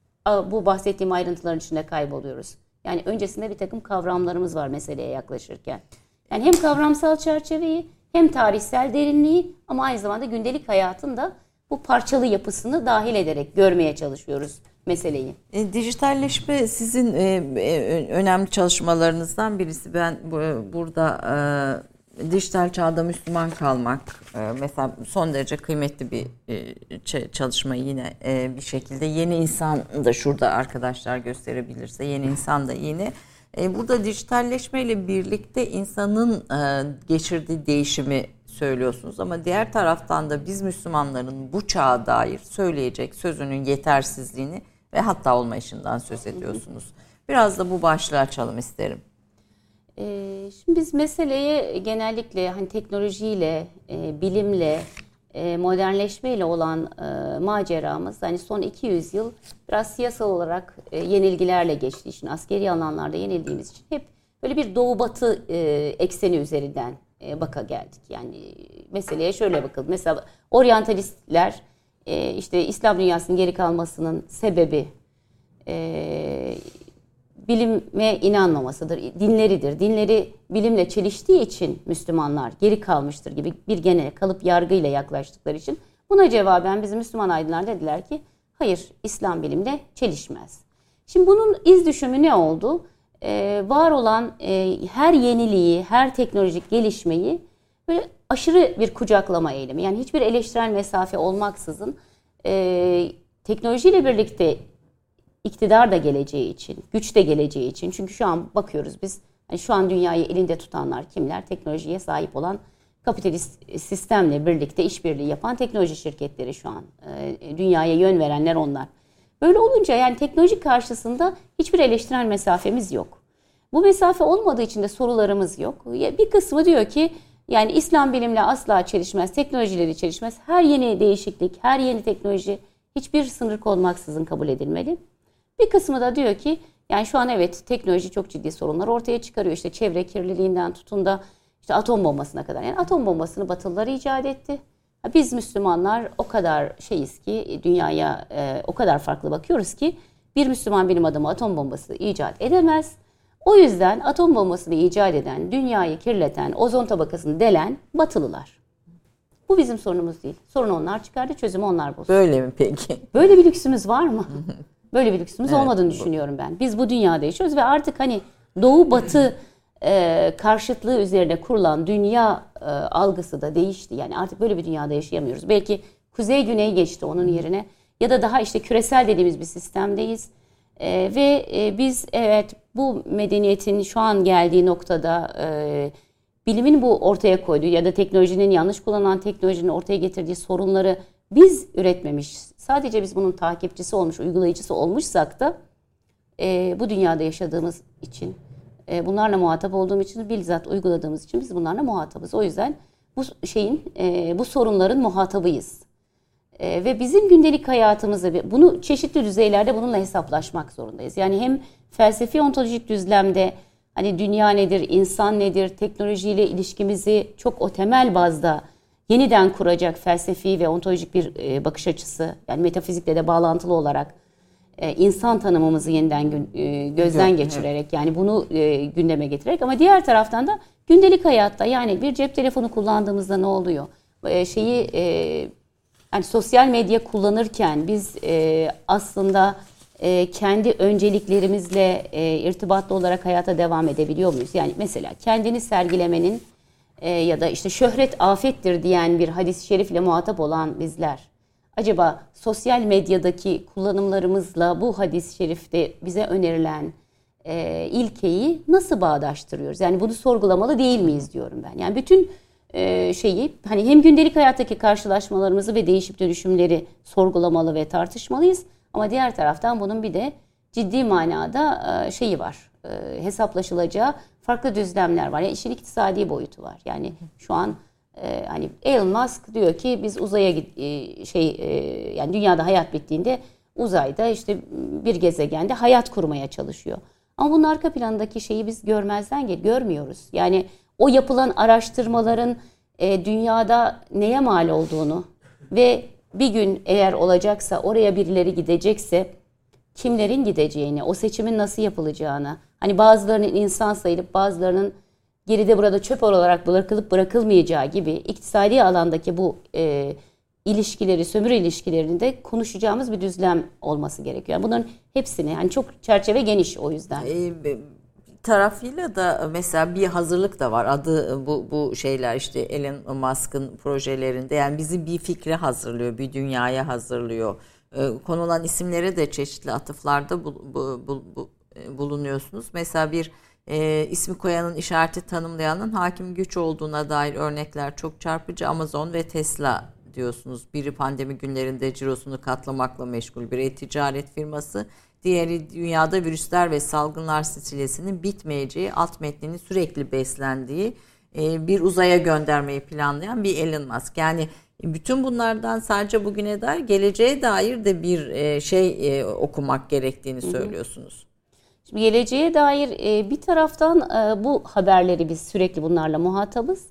bu bahsettiğim ayrıntıların içinde kayboluyoruz. Yani öncesinde bir takım kavramlarımız var meseleye yaklaşırken. Yani hem kavramsal çerçeveyi hem tarihsel derinliği ama aynı zamanda gündelik hayatın da bu parçalı yapısını dahil ederek görmeye çalışıyoruz meseleyi. E, dijitalleşme sizin e, e, önemli çalışmalarınızdan birisi. Ben bu, burada e, dijital çağda Müslüman kalmak e, mesela son derece kıymetli bir e, çalışma yine e, bir şekilde. Yeni insan da şurada arkadaşlar gösterebilirse yeni insan da yine. E, burada dijitalleşmeyle birlikte insanın e, geçirdiği değişimi söylüyorsunuz ama diğer taraftan da biz Müslümanların bu çağa dair söyleyecek sözünün yetersizliğini ve hatta olmayışından söz ediyorsunuz. Biraz da bu başlığı açalım isterim. Ee, şimdi biz meseleye genellikle hani teknolojiyle, e, bilimle, e, modernleşmeyle olan e, maceramız hani son iki yüz yıl biraz siyasal olarak e, yenilgilerle geçtiği için, askeri alanlarda yenildiğimiz için hep böyle bir doğu batı e, ekseni üzerinden e, baka geldik. Yani meseleye şöyle bakalım. Mesela oryantalistler e, işte İslam dünyasının geri kalmasının sebebi e, bilime inanmamasıdır, dinleridir. Dinleri bilimle çeliştiği için Müslümanlar geri kalmıştır gibi bir genel kalıp yargıyla yaklaştıkları için buna cevaben bizim Müslüman aydınlar dediler ki hayır, İslam bilimle çelişmez. Şimdi bunun iz düşümü ne oldu? Ee, var olan e, her yeniliği, her teknolojik gelişmeyi böyle aşırı bir kucaklama eğilimi. Yani hiçbir eleştirel mesafe olmaksızın e, teknolojiyle birlikte iktidar da geleceği için, güç de geleceği için. Çünkü şu an bakıyoruz biz, hani şu an dünyayı elinde tutanlar kimler? Teknolojiye sahip olan kapitalist sistemle birlikte işbirliği yapan teknoloji şirketleri şu an. E, dünyaya yön verenler onlar. Böyle olunca yani teknoloji karşısında hiçbir eleştirel mesafemiz yok. Bu mesafe olmadığı için de sorularımız yok. Bir kısmı diyor ki yani İslam bilimle asla çelişmez, teknolojileri çelişmez. Her yeni değişiklik, her yeni teknoloji hiçbir sınır olmaksızın kabul edilmeli. Bir kısmı da diyor ki yani şu an evet teknoloji çok ciddi sorunlar ortaya çıkarıyor. İşte çevre kirliliğinden tutun da işte atom bombasına kadar. Yani atom bombasını Batılılar icat etti. Biz Müslümanlar o kadar şeyiz ki dünyaya e, o kadar farklı bakıyoruz ki bir Müslüman bilim adamı atom bombası icat edemez. O yüzden atom bombasını icat eden, dünyayı kirleten, ozon tabakasını delen Batılılar. Bu bizim sorunumuz değil. Sorun onlar çıkardı, çözümü onlar bulsun. Böyle mi peki? Böyle bir lüksümüz var mı? Böyle bir lüksümüz evet, olmadığını bu. düşünüyorum ben. Biz bu dünyada yaşıyoruz ve artık hani doğu batı e, karşıtlığı üzerine kurulan dünya e, algısı da değişti. Yani artık böyle bir dünyada yaşayamıyoruz. Belki kuzey güney geçti onun yerine ya da daha işte küresel dediğimiz bir sistemdeyiz. E, ve e, biz evet bu medeniyetin şu an geldiği noktada e, bilimin bu ortaya koyduğu ya da teknolojinin yanlış kullanılan teknolojinin ortaya getirdiği sorunları biz üretmemiş, sadece biz bunun takipçisi olmuş, uygulayıcısı olmuşsak da e, bu dünyada yaşadığımız için, e, bunlarla muhatap olduğum için, bizzat uyguladığımız için biz bunlarla muhatabız. O yüzden bu şeyin, e, bu sorunların muhatabıyız. E, ve bizim gündelik hayatımızı, bunu çeşitli düzeylerde bununla hesaplaşmak zorundayız. Yani hem felsefi ontolojik düzlemde hani dünya nedir, insan nedir, teknolojiyle ilişkimizi çok o temel bazda yeniden kuracak felsefi ve ontolojik bir e, bakış açısı, yani metafizikle de bağlantılı olarak e, insan tanımımızı yeniden gün, e, gözden evet, geçirerek evet. yani bunu e, gündeme getirerek, ama diğer taraftan da gündelik hayatta, yani bir cep telefonu kullandığımızda ne oluyor? E, şeyi e, yani sosyal medya kullanırken biz e, aslında e, kendi önceliklerimizle e, irtibatlı olarak hayata devam edebiliyor muyuz? Yani mesela kendini sergilemenin e, ya da işte şöhret afettir diyen bir hadis-i şerifle muhatap olan bizler, acaba sosyal medyadaki kullanımlarımızla bu hadis-i şerifte bize önerilen e, ilkeyi nasıl bağdaştırıyoruz? Yani bunu sorgulamalı değil miyiz diyorum ben. Yani bütün e, şeyi, hani hem gündelik hayattaki karşılaşmalarımızı ve değişip dönüşümleri sorgulamalı ve tartışmalıyız. Ama diğer taraftan bunun bir de ciddi manada e, şeyi var, e, hesaplaşılacağı farklı düzlemler var. Yani işin iktisadi boyutu var. Yani şu an e, hani Elon Musk diyor ki biz uzaya e, şey e, yani dünyada hayat bittiğinde uzayda işte bir gezegende hayat kurmaya çalışıyor. Ama bunun arka plandaki şeyi biz görmezden gel görmüyoruz. Yani o yapılan araştırmaların e, dünyada neye mal olduğunu ve bir gün eğer olacaksa, oraya birileri gidecekse kimlerin gideceğini, o seçimin nasıl yapılacağını, hani bazılarının insan sayılıp bazılarının geride burada çöp olarak bırakılıp bırakılmayacağı gibi iktisadi alandaki bu e, ilişkileri, sömürü ilişkilerini de konuşacağımız bir düzlem olması gerekiyor. Yani bunların hepsini, yani çok çerçeve geniş o yüzden. E, tarafıyla da mesela bir hazırlık da var. Adı bu bu şeyler işte Elon Musk'ın projelerinde, yani bizi bir fikre hazırlıyor, bir dünyaya hazırlıyor. E, konulan isimlere de çeşitli atıflarda bu, bu, bu, bu, bulunuyorsunuz. Mesela bir e, ismi koyanın işareti tanımlayanın hakim güç olduğuna dair örnekler çok çarpıcı. Amazon ve Tesla diyorsunuz. Biri pandemi günlerinde cirosunu katlamakla meşgul bir e-ticaret firması. Diğeri dünyada virüsler ve salgınlar silsilesinin bitmeyeceği, alt metninin sürekli beslendiği bir uzaya göndermeyi planlayan bir Elon Musk. Yani bütün bunlardan sadece bugüne dair, geleceğe dair de bir şey okumak gerektiğini söylüyorsunuz. Şimdi geleceğe dair bir taraftan bu haberleri biz sürekli bunlarla muhatabız.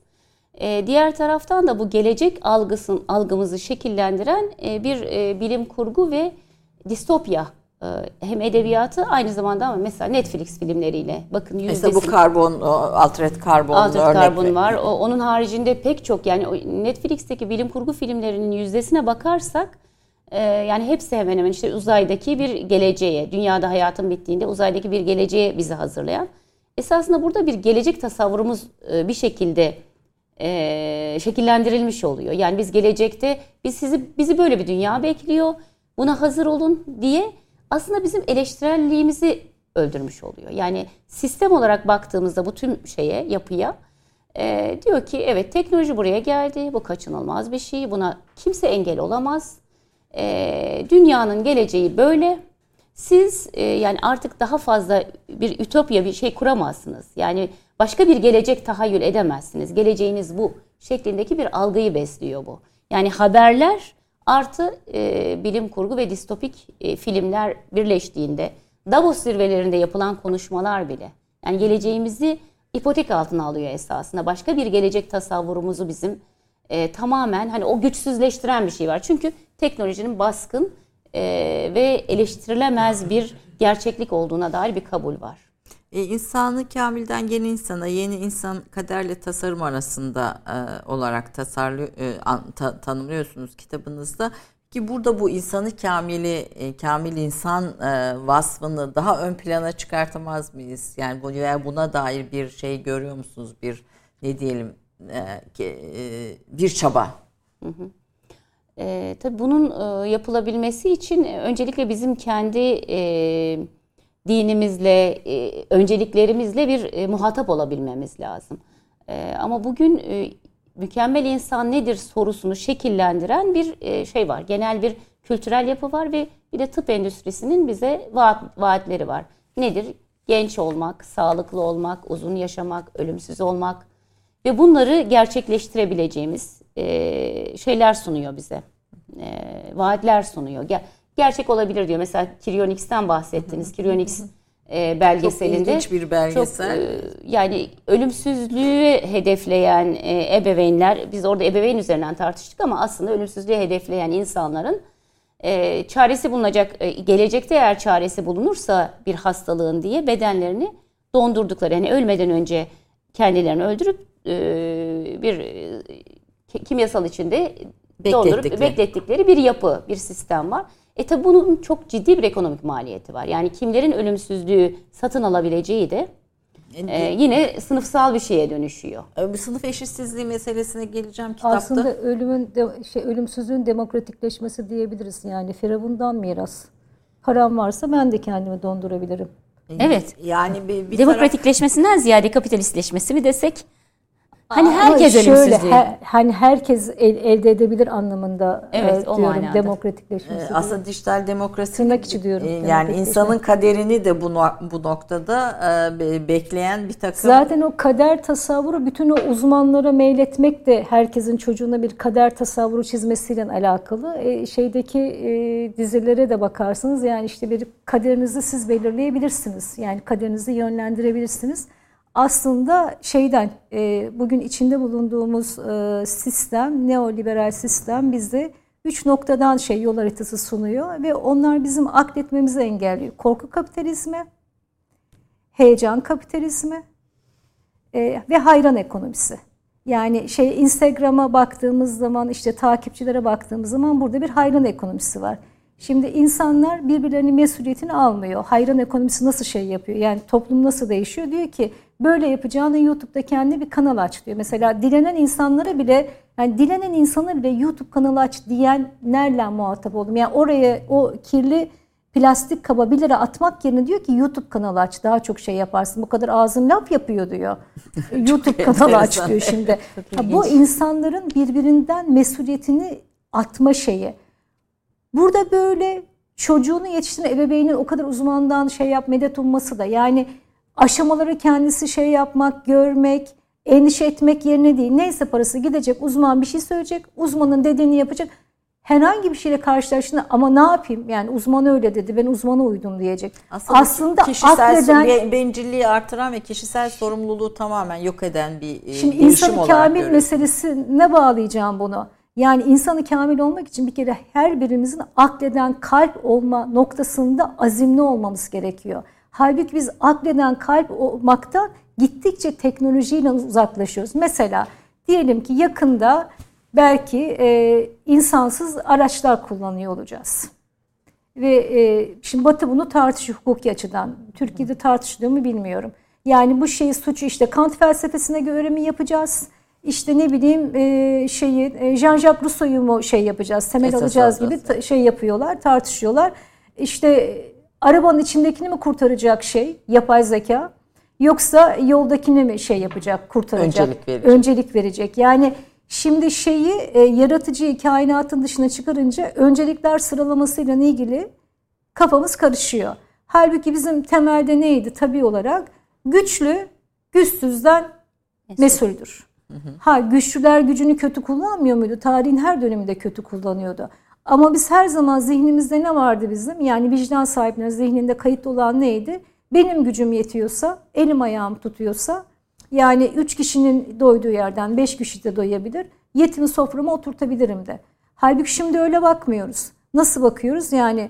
Diğer taraftan da bu gelecek algısın, algımızı şekillendiren bir bilim kurgu ve distopya, hem edebiyatı aynı zamanda, ama mesela Netflix filmleriyle bakın yüzdesi. Mesela bu karbon, Altered Carbon Altered Carbon var. O, onun haricinde pek çok, yani Netflix'teki bilim kurgu filmlerinin yüzdesine bakarsak e, yani hepsi hemen hemen işte uzaydaki bir geleceğe, dünyada hayatın bittiğinde uzaydaki bir geleceğe bizi hazırlayan. Esasında burada bir gelecek tasavvurumuz e, bir şekilde e, şekillendirilmiş oluyor. Yani biz gelecekte biz sizi bizi böyle bir dünya bekliyor, buna hazır olun diye aslında bizim eleştirelliğimizi öldürmüş oluyor. Yani sistem olarak baktığımızda bu tüm şeye, yapıya e, diyor ki evet, teknoloji buraya geldi, bu kaçınılmaz bir şey, buna kimse engel olamaz. E, dünyanın geleceği böyle. Siz e, yani artık daha fazla bir ütopya bir şey kuramazsınız. Yani başka bir gelecek tahayyül edemezsiniz. Geleceğiniz bu şeklindeki bir algıyı besliyor bu. Yani haberler artı e, bilim kurgu ve distopik e, filmler birleştiğinde, Davos zirvelerinde yapılan konuşmalar bile, yani geleceğimizi ipotek altına alıyor esasında. Başka bir gelecek tasavvurumuzu bizim e, tamamen hani o güçsüzleştiren bir şey var. Çünkü teknolojinin baskın e, ve eleştirilemez bir gerçeklik olduğuna dair bir kabul var. E, insanı kamilden yeni insana, yeni insan kaderle tasarım arasında e, olarak tasarlı, e, ta, tanımlıyorsunuz kitabınızda. Ki burada bu insanı kamili, e, kamil insan e, vasfını daha ön plana çıkartamaz mıyız? Yani bu, veya buna dair bir şey görüyor musunuz? Bir ne diyelim e, e, bir çaba. Hı hı. E, tabii bunun e, yapılabilmesi için öncelikle bizim kendi e, dinimizle, e, önceliklerimizle bir e, muhatap olabilmemiz lazım. E, ama bugün e, mükemmel insan nedir sorusunu şekillendiren bir e, şey var. Genel bir kültürel yapı var ve bir de tıp endüstrisinin bize vaat, vaatleri var. Nedir? Genç olmak, sağlıklı olmak, uzun yaşamak, ölümsüz olmak ve bunları gerçekleştirebileceğimiz e, şeyler sunuyor bize. e, vaatler sunuyor. Ger- gerçek olabilir diyor. Mesela Cryonics'ten bahsettiniz. Cryonics e, belgeselinde. Çok ilginç bir belgesel. Çok, e, yani ölümsüzlüğü hedefleyen e, ebeveynler, biz orada ebeveyn üzerinden tartıştık ama aslında ölümsüzlüğü hedefleyen insanların e, çaresi bulunacak, e, gelecekte eğer çaresi bulunursa bir hastalığın diye bedenlerini dondurdukları, yani ölmeden önce kendilerini öldürüp e, bir e, kimyasal içinde dondurup beklettikleri bir yapı, bir sistem var. E tabi bunun çok ciddi bir ekonomik maliyeti var. Yani kimlerin ölümsüzlüğü satın alabileceği de e, yine sınıfsal bir şeye dönüşüyor. Bir sınıf eşitsizliği meselesine geleceğim kitapta. Aslında ölümün de, şey ölümsüzlüğün demokratikleşmesi diyebiliriz. Yani Firavundan miras. Param varsa ben de kendimi dondurabilirim. Evet. Yani bir, bir demokratikleşmesinden taraf... ziyade kapitalistleşmesi mi desek? Hani Aa, herkes şöyle, ölümsüzlüğü. He, hani herkes el, elde edebilir anlamında evet, e, diyorum manada. Demokratikleşmesi. Ee, aslında dijital demokrasi tırnak içi diyorum. E, yani insanın kaderini de bu bu noktada e, bekleyen bir takım. Zaten o kader tasavvuru bütün o uzmanlara meyletmek de herkesin çocuğuna bir kader tasavvuru çizmesiyle alakalı. E, şeydeki e, dizilere de bakarsanız yani işte bir kaderinizi siz belirleyebilirsiniz. Yani kaderinizi yönlendirebilirsiniz. Aslında şeyden bugün içinde bulunduğumuz sistem, neoliberal sistem bize üç noktadan şey yol haritası sunuyor ve onlar bizim akletmemizi engelliyor. Korku kapitalizmi, heyecan kapitalizmi ve hayran ekonomisi. Yani şey Instagram'a baktığımız zaman işte takipçilere baktığımız zaman burada bir hayran ekonomisi var. Şimdi insanlar birbirlerinin mesuliyetini almıyor. Hayran ekonomisi nasıl şey yapıyor? Yani toplum nasıl değişiyor? Diyor ki böyle yapacağını YouTube'da kendine bir kanal aç diyor. Mesela dilenen insanlara bile yani dilenen insana bile YouTube kanalı aç diyenlerle muhatap oldum. Yani oraya o kirli plastik kaba bir lira atmak yerine diyor ki YouTube kanalı aç daha çok şey yaparsın. Bu kadar ağzın laf yapıyor diyor. YouTube kanalı aç diyor şimdi. Ha, bu insanların birbirinden mesuliyetini atma şeyi. Burada böyle çocuğunu yetiştiren ebeveynin o kadar uzmandan şey yap medet umması da yani aşamaları kendisi şey yapmak, görmek, endişe etmek yerine değil. Neyse parası gidecek uzman bir şey söyleyecek, uzmanın dediğini yapacak. Herhangi bir şeyle karşılaştığında ama ne yapayım yani uzman öyle dedi ben uzmana uydum diyecek. Aslında, Aslında kişisel akleden, bencilliği artıran ve kişisel sorumluluğu tamamen yok eden bir şimdi değişim insanı olarak kamil görüyoruz. meselesine bağlayacağım bunu. Yani insanı kamil olmak için bir kere her birimizin akleden kalp olma noktasında azimli olmamız gerekiyor. Halbuki biz akleden kalp olmaktan gittikçe teknolojiyle uzaklaşıyoruz. Mesela diyelim ki yakında belki e, insansız araçlar kullanıyor olacağız. Ve e, şimdi Batı bunu tartışıyor hukuki açıdan. Türkiye'de tartışılıyor mu bilmiyorum. Yani bu şeyi suçu işte Kant felsefesine göre mi yapacağız? İşte ne bileyim e, şeyi Jean-Jacques Rousseau'yu mu şey yapacağız, temel Esas alacağız gibi ta, şey yapıyorlar, tartışıyorlar. İşte arabanın içindekini mi kurtaracak şey, yapay zeka, yoksa yoldakini mi şey yapacak, kurtaracak, öncelik verecek. Öncelik verecek. Yani şimdi şeyi e, yaratıcıyı kainatın dışına çıkarınca öncelikler sıralamasıyla ilgili kafamız karışıyor. Halbuki bizim temelde neydi tabii olarak? Güçlü, güçsüzden mesuldür. Hı hı. Ha güçlüler gücünü kötü kullanmıyor muydu? Tarihin her döneminde kötü kullanıyordu. Ama biz her zaman zihnimizde ne vardı bizim? Yani vicdan sahiplerinin zihninde kayıtlı olan neydi? Benim gücüm yetiyorsa, elim ayağım tutuyorsa, yani üç kişinin doyduğu yerden beş kişi de doyabilir. Yetimi soframa oturtabilirim de. Halbuki şimdi öyle bakmıyoruz. Nasıl bakıyoruz? Yani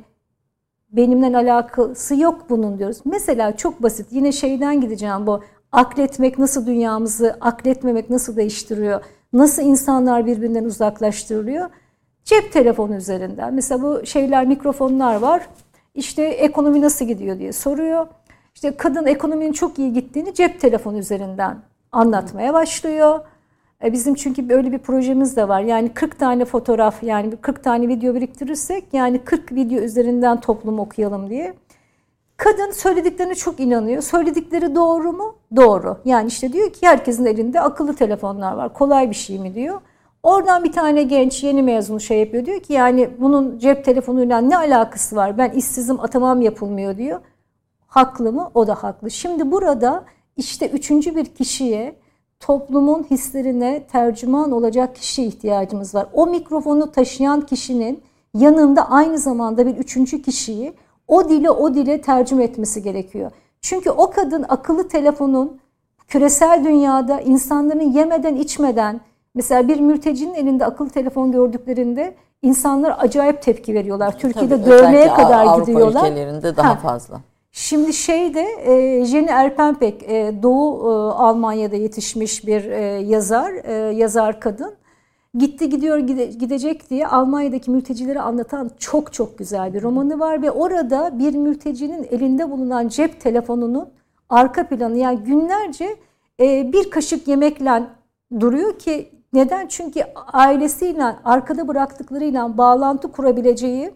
benimle alakası yok bunun diyoruz. Mesela çok basit. Yine şeyden gideceğim bu. Akletmek nasıl dünyamızı, akletmemek nasıl değiştiriyor? Nasıl insanlar birbirinden uzaklaştırılıyor? Cep telefonu üzerinden. Mesela bu şeyler, mikrofonlar var. İşte ekonomi nasıl gidiyor diye soruyor. İşte kadın ekonominin çok iyi gittiğini cep telefonu üzerinden anlatmaya başlıyor. Bizim çünkü böyle bir projemiz de var. Yani kırk tane fotoğraf, yani kırk tane video biriktirirsek, yani kırk video üzerinden toplum okuyalım diye. Kadın söylediklerine çok inanıyor. Söyledikleri doğru mu? Doğru. Yani işte diyor ki herkesin elinde akıllı telefonlar var. Kolay bir şey mi diyor. Oradan bir tane genç yeni mezun şey yapıyor. Diyor ki yani bunun cep telefonuyla ne alakası var? Ben işsizim, atamam yapılmıyor diyor. Haklı mı? O da haklı. Şimdi burada işte üçüncü bir kişiye toplumun hislerine tercüman olacak kişiye ihtiyacımız var. O mikrofonu taşıyan kişinin yanında aynı zamanda bir üçüncü kişiyi o dili o dile tercüme etmesi gerekiyor. Çünkü o kadın akıllı telefonun küresel dünyada insanların yemeden içmeden, mesela bir mültecinin elinde akıllı telefon gördüklerinde insanlar acayip tepki veriyorlar. Türkiye'de Tabii, dövmeye kadar Avrupa gidiyorlar. Avrupa ülkelerinde daha ha. fazla. Şimdi şeyde e, Jenny Erpenbeck, e, Doğu e, Almanya'da yetişmiş bir e, yazar, e, yazar kadın. Gitti gidiyor gide, gidecek diye Almanya'daki mültecileri anlatan çok çok güzel bir romanı var ve orada bir mültecinin elinde bulunan cep telefonunun arka planı, yani günlerce e, bir kaşık yemekle duruyor ki neden? Çünkü ailesiyle, arkada bıraktıklarıyla bağlantı kurabileceği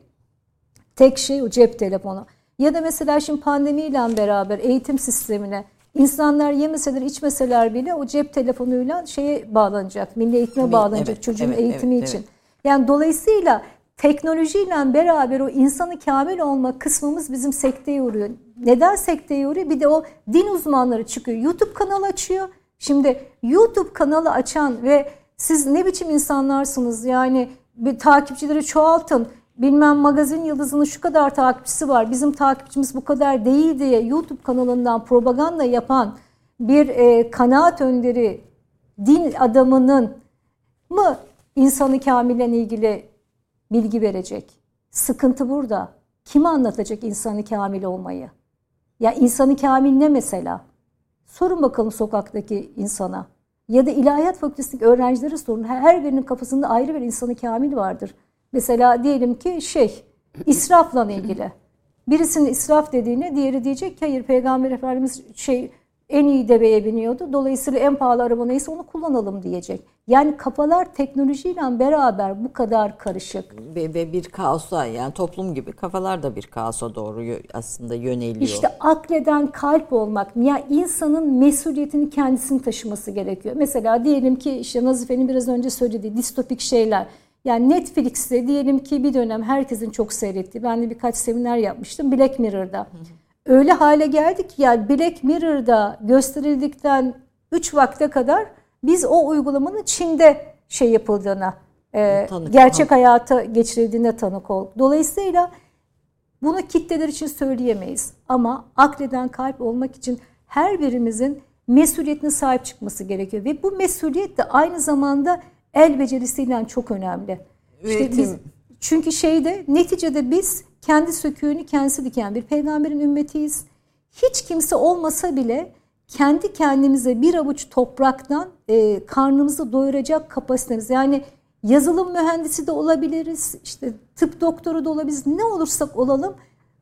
tek şey o cep telefonu. Ya da mesela şimdi pandemiyle beraber eğitim sistemine insanlar yemeseler içmeseler bile o cep telefonuyla şeye bağlanacak, milli eğitime Evet, bağlanacak evet, çocuğun evet, eğitimi evet, için. evet. Yani dolayısıyla teknolojiyle beraber o insanı kamil olma kısmımız bizim sekteye uğruyor. Neden sekteye uğruyor? Bir de o din uzmanları çıkıyor. YouTube kanalı açıyor. Şimdi YouTube kanalı açan ve siz ne biçim insanlarsınız, yani bir takipçileri çoğaltın, bilmem magazin yıldızının şu kadar takipçisi var, bizim takipçimiz bu kadar değil diye YouTube kanalından propaganda yapan bir e, kanaat önderi din adamının mı insanı kamilen ilgili bilgi verecek? Sıkıntı burada. Kim anlatacak insanı kamil olmayı? Ya insanı kamil ne mesela? Sorun bakalım sokaktaki insana. Ya da ilahiyat fakültesindeki öğrencilere sorun. Her birinin kafasında ayrı bir insanı kamil vardır. Mesela diyelim ki şey, israfla ilgili. Birisinin israf dediğine diğeri diyecek ki hayır, Peygamber Efendimiz şey en iyi deveye biniyordu. Dolayısıyla en pahalı araba neyse onu kullanalım diyecek. Yani kafalar teknolojiyle beraber bu kadar karışık. Ve, ve bir kaosa, yani toplum gibi kafalar da bir kaosa doğru aslında yöneliyor. İşte akleden kalp olmak, ya insanın mesuliyetini kendisini taşıması gerekiyor. Mesela diyelim ki işte Nazife'nin biraz önce söylediği distopik şeyler. Yani Netflix'te diyelim ki bir dönem herkesin çok seyrettiği, ben de birkaç seminer yapmıştım Black Mirror'da. Öyle hale geldik ki yani Black Mirror'da gösterildikten üç vakte kadar biz o uygulamanın Çin'de şey yapıldığına, e, gerçek hayata geçirildiğine tanık olduk. Dolayısıyla bunu kitleler için söyleyemeyiz. Ama akleden kalp olmak için her birimizin mesuliyetine sahip çıkması gerekiyor. Ve bu mesuliyet de aynı zamanda el becerisiyle çok önemli. İşte biz, çünkü şeyde neticede biz kendi söküğünü kendisi diken bir peygamberin ümmetiyiz. Hiç kimse olmasa bile kendi kendimize bir avuç topraktan e, karnımızı doyuracak kapasitemiz. Yani yazılım mühendisi de olabiliriz, işte tıp doktoru da olabiliriz. Ne olursak olalım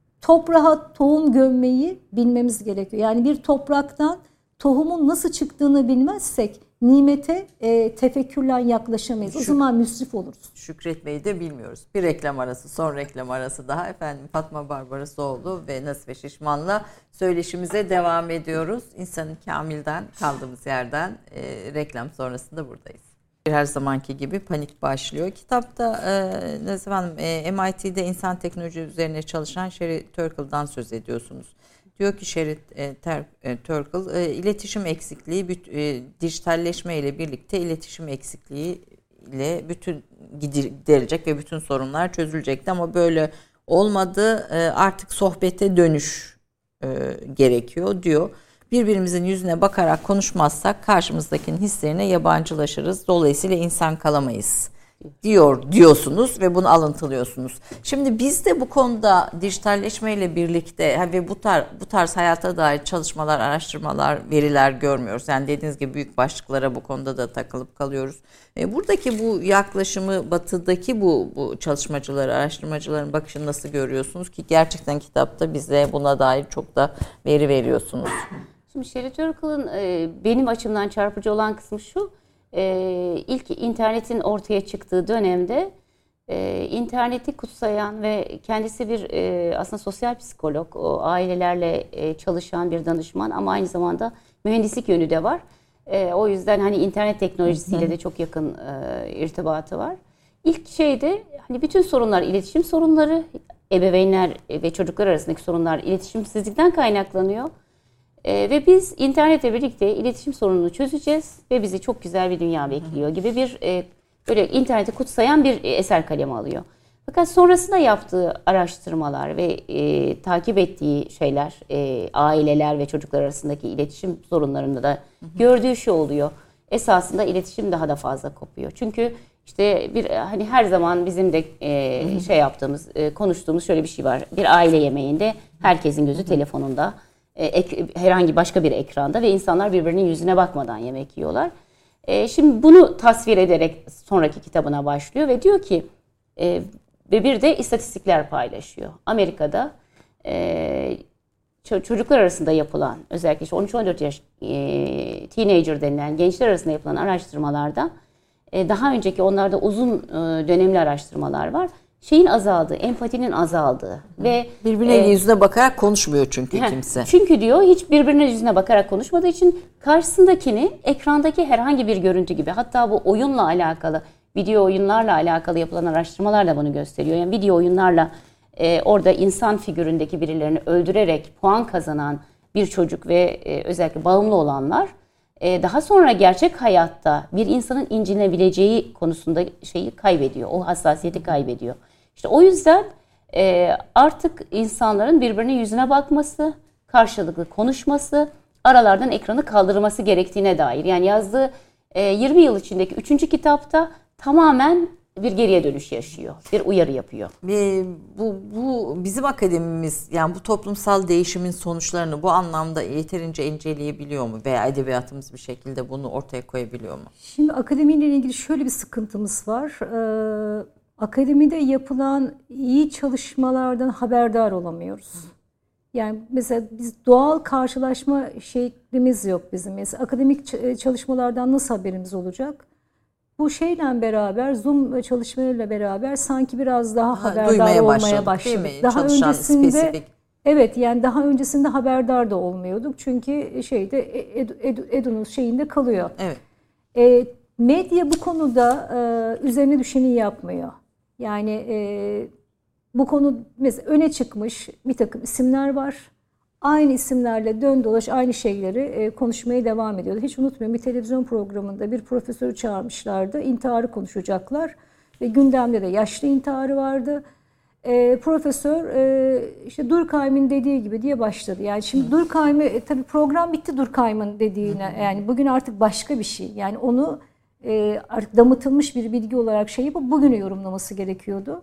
toprağa tohum gömmeyi bilmemiz gerekiyor. Yani bir topraktan tohumun nasıl çıktığını bilmezsek nimete e, tefekkürle yaklaşamayız. O Şük- zaman müsrif oluruz. Şükretmeyi de bilmiyoruz. Bir reklam arası, son reklam arası daha. Efendim Fatma Barbarosoğlu ve Nazife Şişman'la söyleşimize devam ediyoruz. İnsanın kamilden kaldığımız yerden e, reklam sonrasında buradayız. Her zamanki gibi panik başlıyor. Kitapta e, Nazife Hanım e, M I T'de insan teknoloji üzerine çalışan Sherry Turkle'dan söz ediyorsunuz. Diyor ki Sherry e, Turkle, e, iletişim eksikliği, büt, e, dijitalleşme ile birlikte iletişim eksikliği ile bütün giderilecek ve bütün sorunlar çözülecekti. Ama böyle olmadı, e, artık sohbete dönüş e, gerekiyor diyor. Birbirimizin yüzüne bakarak konuşmazsak karşımızdakinin hislerine yabancılaşırız. Dolayısıyla insan kalamayız diyor diyorsunuz ve bunu alıntılıyorsunuz. Şimdi biz de bu konuda dijitalleşmeyle birlikte ve bu tarz bu tarz hayata dair çalışmalar, araştırmalar, veriler görmüyoruz. Yani dediğiniz gibi büyük başlıklara bu konuda da takılıp kalıyoruz. Buradaki bu yaklaşımı, batıdaki bu, bu çalışmacıları, araştırmacıların bakışını nasıl görüyorsunuz ki gerçekten kitapta bize buna dair çok da veri veriyorsunuz. Şimdi Sherry Turkle'ın e, benim açımdan çarpıcı olan kısmı şu. Ee, ilk internetin ortaya çıktığı dönemde e, interneti kutsayan ve kendisi bir e, aslında sosyal psikolog, o ailelerle e, çalışan bir danışman ama aynı zamanda mühendislik yönü de var. E, o yüzden hani internet teknolojisiyle de çok yakın e, irtibatı var. İlk şeyde hani bütün sorunlar iletişim sorunları, ebeveynler ve çocuklar arasındaki sorunlar iletişimsizlikten kaynaklanıyor. E, ve biz internetle birlikte iletişim sorununu çözeceğiz ve bizi çok güzel bir dünya bekliyor gibi bir e, böyle interneti kutsayan bir eser kaleme alıyor. Fakat sonrasında yaptığı araştırmalar ve e, takip ettiği şeyler, e, aileler ve çocuklar arasındaki iletişim sorunlarında da hı hı. gördüğü şey oluyor. Esasında iletişim daha da fazla kopuyor. Çünkü işte bir hani her zaman bizim de e, hı hı. şey yaptığımız, e, konuştuğumuz şöyle bir şey var. Bir aile yemeğinde herkesin gözü hı hı. telefonunda, e, ek, herhangi başka bir ekranda ve insanlar birbirinin yüzüne bakmadan yemek yiyorlar. E, şimdi bunu tasvir ederek sonraki kitabına başlıyor ve diyor ki e, ve bir de istatistikler paylaşıyor. Amerika'da e, çocuklar arasında yapılan, özellikle işte on üç on dört yaş e, teenager denilen gençler arasında yapılan araştırmalarda e, daha önceki onlarda uzun e, dönemli araştırmalar var. Şeyin azaldığı, empatinin azaldığı Hı. ve birbirine e, yüzüne bakarak konuşmuyor çünkü he, kimse. Çünkü diyor hiç birbirine yüzüne bakarak konuşmadığı için karşısındakini ekrandaki herhangi bir görüntü gibi, hatta bu oyunla alakalı, video oyunlarla alakalı yapılan araştırmalar da bunu gösteriyor. Yani video oyunlarla e, orada insan figüründeki birilerini öldürerek puan kazanan bir çocuk ve e, özellikle bağımlı olanlar e, daha sonra gerçek hayatta bir insanın incinebileceği konusunda şeyi kaybediyor. O hassasiyeti kaybediyor. İşte o yüzden e, artık insanların birbirinin yüzüne bakması, karşılıklı konuşması, aralardan ekranı kaldırması gerektiğine dair. Yani yazdığı e, yirmi yıl içindeki üçüncü kitapta tamamen bir geriye dönüş yaşıyor. Bir uyarı yapıyor. Ve bu, bu bizim akademimiz, yani bu toplumsal değişimin sonuçlarını bu anlamda yeterince inceleyebiliyor mu? Veya edebiyatımız bir şekilde bunu ortaya koyabiliyor mu? Şimdi akademiyle ilgili şöyle bir sıkıntımız var. Ee, akademide yapılan iyi çalışmalardan haberdar olamıyoruz. Yani mesela biz doğal karşılaşma şeklimiz yok bizim. Mesela akademik çalışmalardan nasıl haberimiz olacak? Bu şeyle beraber, Zoom çalışmalarıyla beraber sanki biraz daha ha, haberdar olmaya başladık. başladık. Daha Çalışan öncesinde spesifik. Evet, yani daha öncesinde haberdar da olmuyorduk. Çünkü şeyde Edu, Edu, Edu'nun şeyinde kalıyor. Evet. E, medya bu konuda e, üzerine düşeni yapmıyor. Yani e, bu konu mesela öne çıkmış bir takım isimler var. Aynı isimlerle dön dolaş aynı şeyleri e, konuşmaya devam ediyordu. Hiç unutmuyorum, bir televizyon programında bir profesörü çağırmışlardı. İntiharı konuşacaklar ve gündemde de yaşlı intiharı vardı. E, profesör e, işte Durkheim'in dediği gibi diye başladı. Yani şimdi Durkheim'i e, tabii program bitti Durkheim'in dediğine. Yani bugün artık başka bir şey. Yani onu e, artık damıtılmış bir bilgi olarak şey yapıp bugünü yorumlaması gerekiyordu.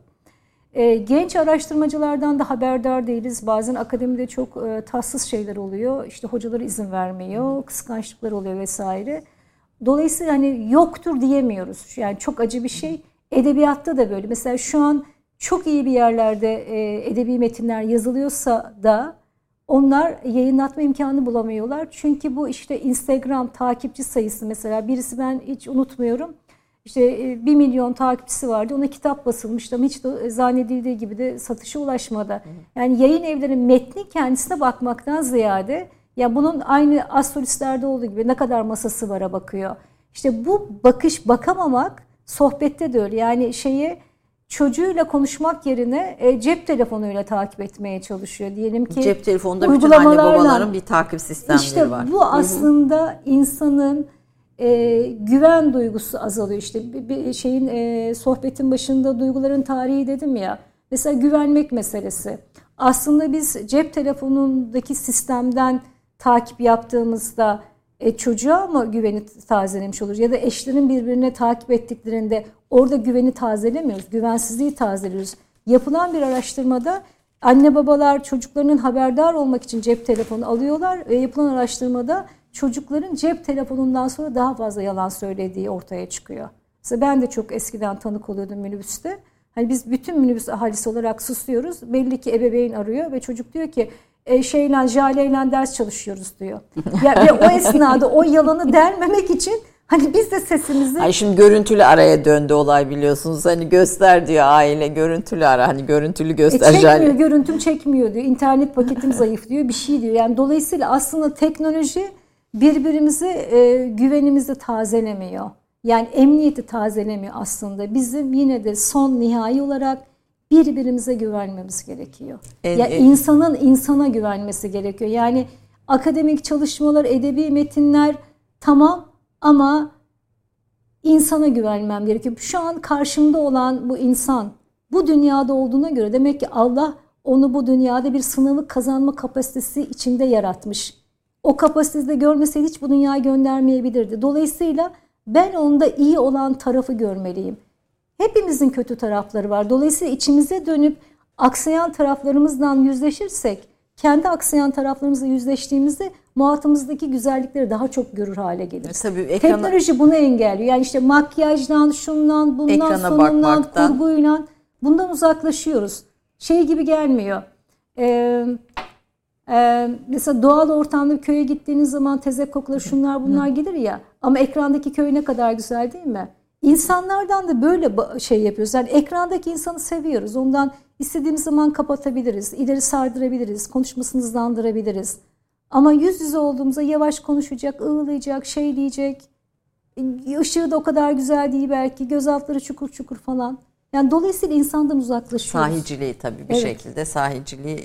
E, genç araştırmacılardan da haberdar değiliz. Bazen akademide çok e, tatsız şeyler oluyor. İşte hocaları izin vermiyor, kıskançlıklar oluyor vesaire. Dolayısıyla hani yoktur diyemiyoruz. Yani çok acı bir şey. Edebiyatta da böyle. Mesela şu an çok iyi bir yerlerde e, edebi metinler yazılıyorsa da onlar yayınlatma imkanı bulamıyorlar. Çünkü bu işte Instagram takipçi sayısı, mesela birisi, ben hiç unutmuyorum. İşte bir milyon takipçisi vardı. Ona kitap basılmıştı ama hiç de zannedildiği gibi de satışa ulaşmadı. Yani yayın evlerinin metni kendisine bakmaktan ziyade, ya bunun aynı astrolistlerde olduğu gibi ne kadar masası vara bakıyor. İşte bu bakış, bakamamak sohbette de öyle. Yani şeyi çocuğuyla konuşmak yerine e, cep telefonuyla takip etmeye çalışıyor. Diyelim ki cep telefonunda bütün anne babaların bir takip sistemleri işte var. İşte bu aslında Hı-hı. insanın E, güven duygusu azalıyor. İşte bir, bir şeyin e, sohbetin başında duyguların tarihi dedim ya. Mesela güvenmek meselesi. Aslında biz cep telefonundaki sistemden takip yaptığımızda e, çocuğa mı güveni tazelemiş olur? Ya da eşlerin birbirine takip ettiklerinde orada güveni tazelemiyoruz. Güvensizliği tazeliyoruz. Yapılan bir araştırmada anne babalar çocuklarının haberdar olmak için cep telefonu alıyorlar ve yapılan araştırmada çocukların cep telefonundan sonra daha fazla yalan söylediği ortaya çıkıyor. Mesela ben de çok eskiden tanık oluyordum minibüste. Hani biz bütün minibüs ahalisi olarak susuyoruz. Belli ki ebeveyn arıyor ve çocuk diyor ki e, şeyle, Jale'yle ders çalışıyoruz diyor. Ya, ve o esnada o yalanı delmemek için hani biz de sesimizi... Ay şimdi görüntülü araya döndü olay, biliyorsunuz. Hani göster diyor aile, görüntülü ara. Hani görüntülü göster. E çekmiyor, Jale. Görüntüm çekmiyor diyor. İnternet paketim zayıf diyor. Bir şey diyor. Yani dolayısıyla aslında teknoloji birbirimizi e, güvenimizi tazelemiyor. Yani emniyeti tazelemiyor aslında. Bizim yine de son nihai olarak birbirimize güvenmemiz gerekiyor. En, ya en, insanın insana güvenmesi gerekiyor. Yani Akademik çalışmalar, edebi metinler tamam ama insana güvenmem gerekiyor. Şu an karşımda olan bu insan bu dünyada olduğuna göre demek ki Allah onu bu dünyada bir sınavı kazanma kapasitesi içinde yaratmış. O kapasitede görmeseydi hiç bu dünyaya göndermeyebilirdi. Dolayısıyla ben onda iyi olan tarafı görmeliyim. Hepimizin kötü tarafları var. Dolayısıyla içimize dönüp aksayan taraflarımızdan yüzleşirsek, kendi aksayan taraflarımızla yüzleştiğimizde muhatımızdaki güzellikleri daha çok görür hale geliriz. Tabii ekrana, teknoloji bunu engelliyor. Yani işte makyajdan, şundan, bundan, sonundan, kurguyla bundan uzaklaşıyoruz. Şey gibi gelmiyor. Ee, e, mesela doğal ortamda bir köye gittiğiniz zaman tezek kokuları, şunlar bunlar gelir ya. Ama ekrandaki köy ne kadar güzel değil mi? İnsanlardan da böyle şey yapıyoruz. Yani ekrandaki insanı seviyoruz. Ondan istediğimiz zaman kapatabiliriz, ileri sardırabiliriz, konuşmasını hızlandırabiliriz. Ama yüz yüze olduğumuzda yavaş konuşacak, ığlayacak, şey diyecek. Işığı da o kadar güzel değil belki. Göz altları çukur çukur falan. Yani dolayısıyla insandan uzaklaşıyoruz. Sahiciliği tabii bir evet. şekilde sahiciliği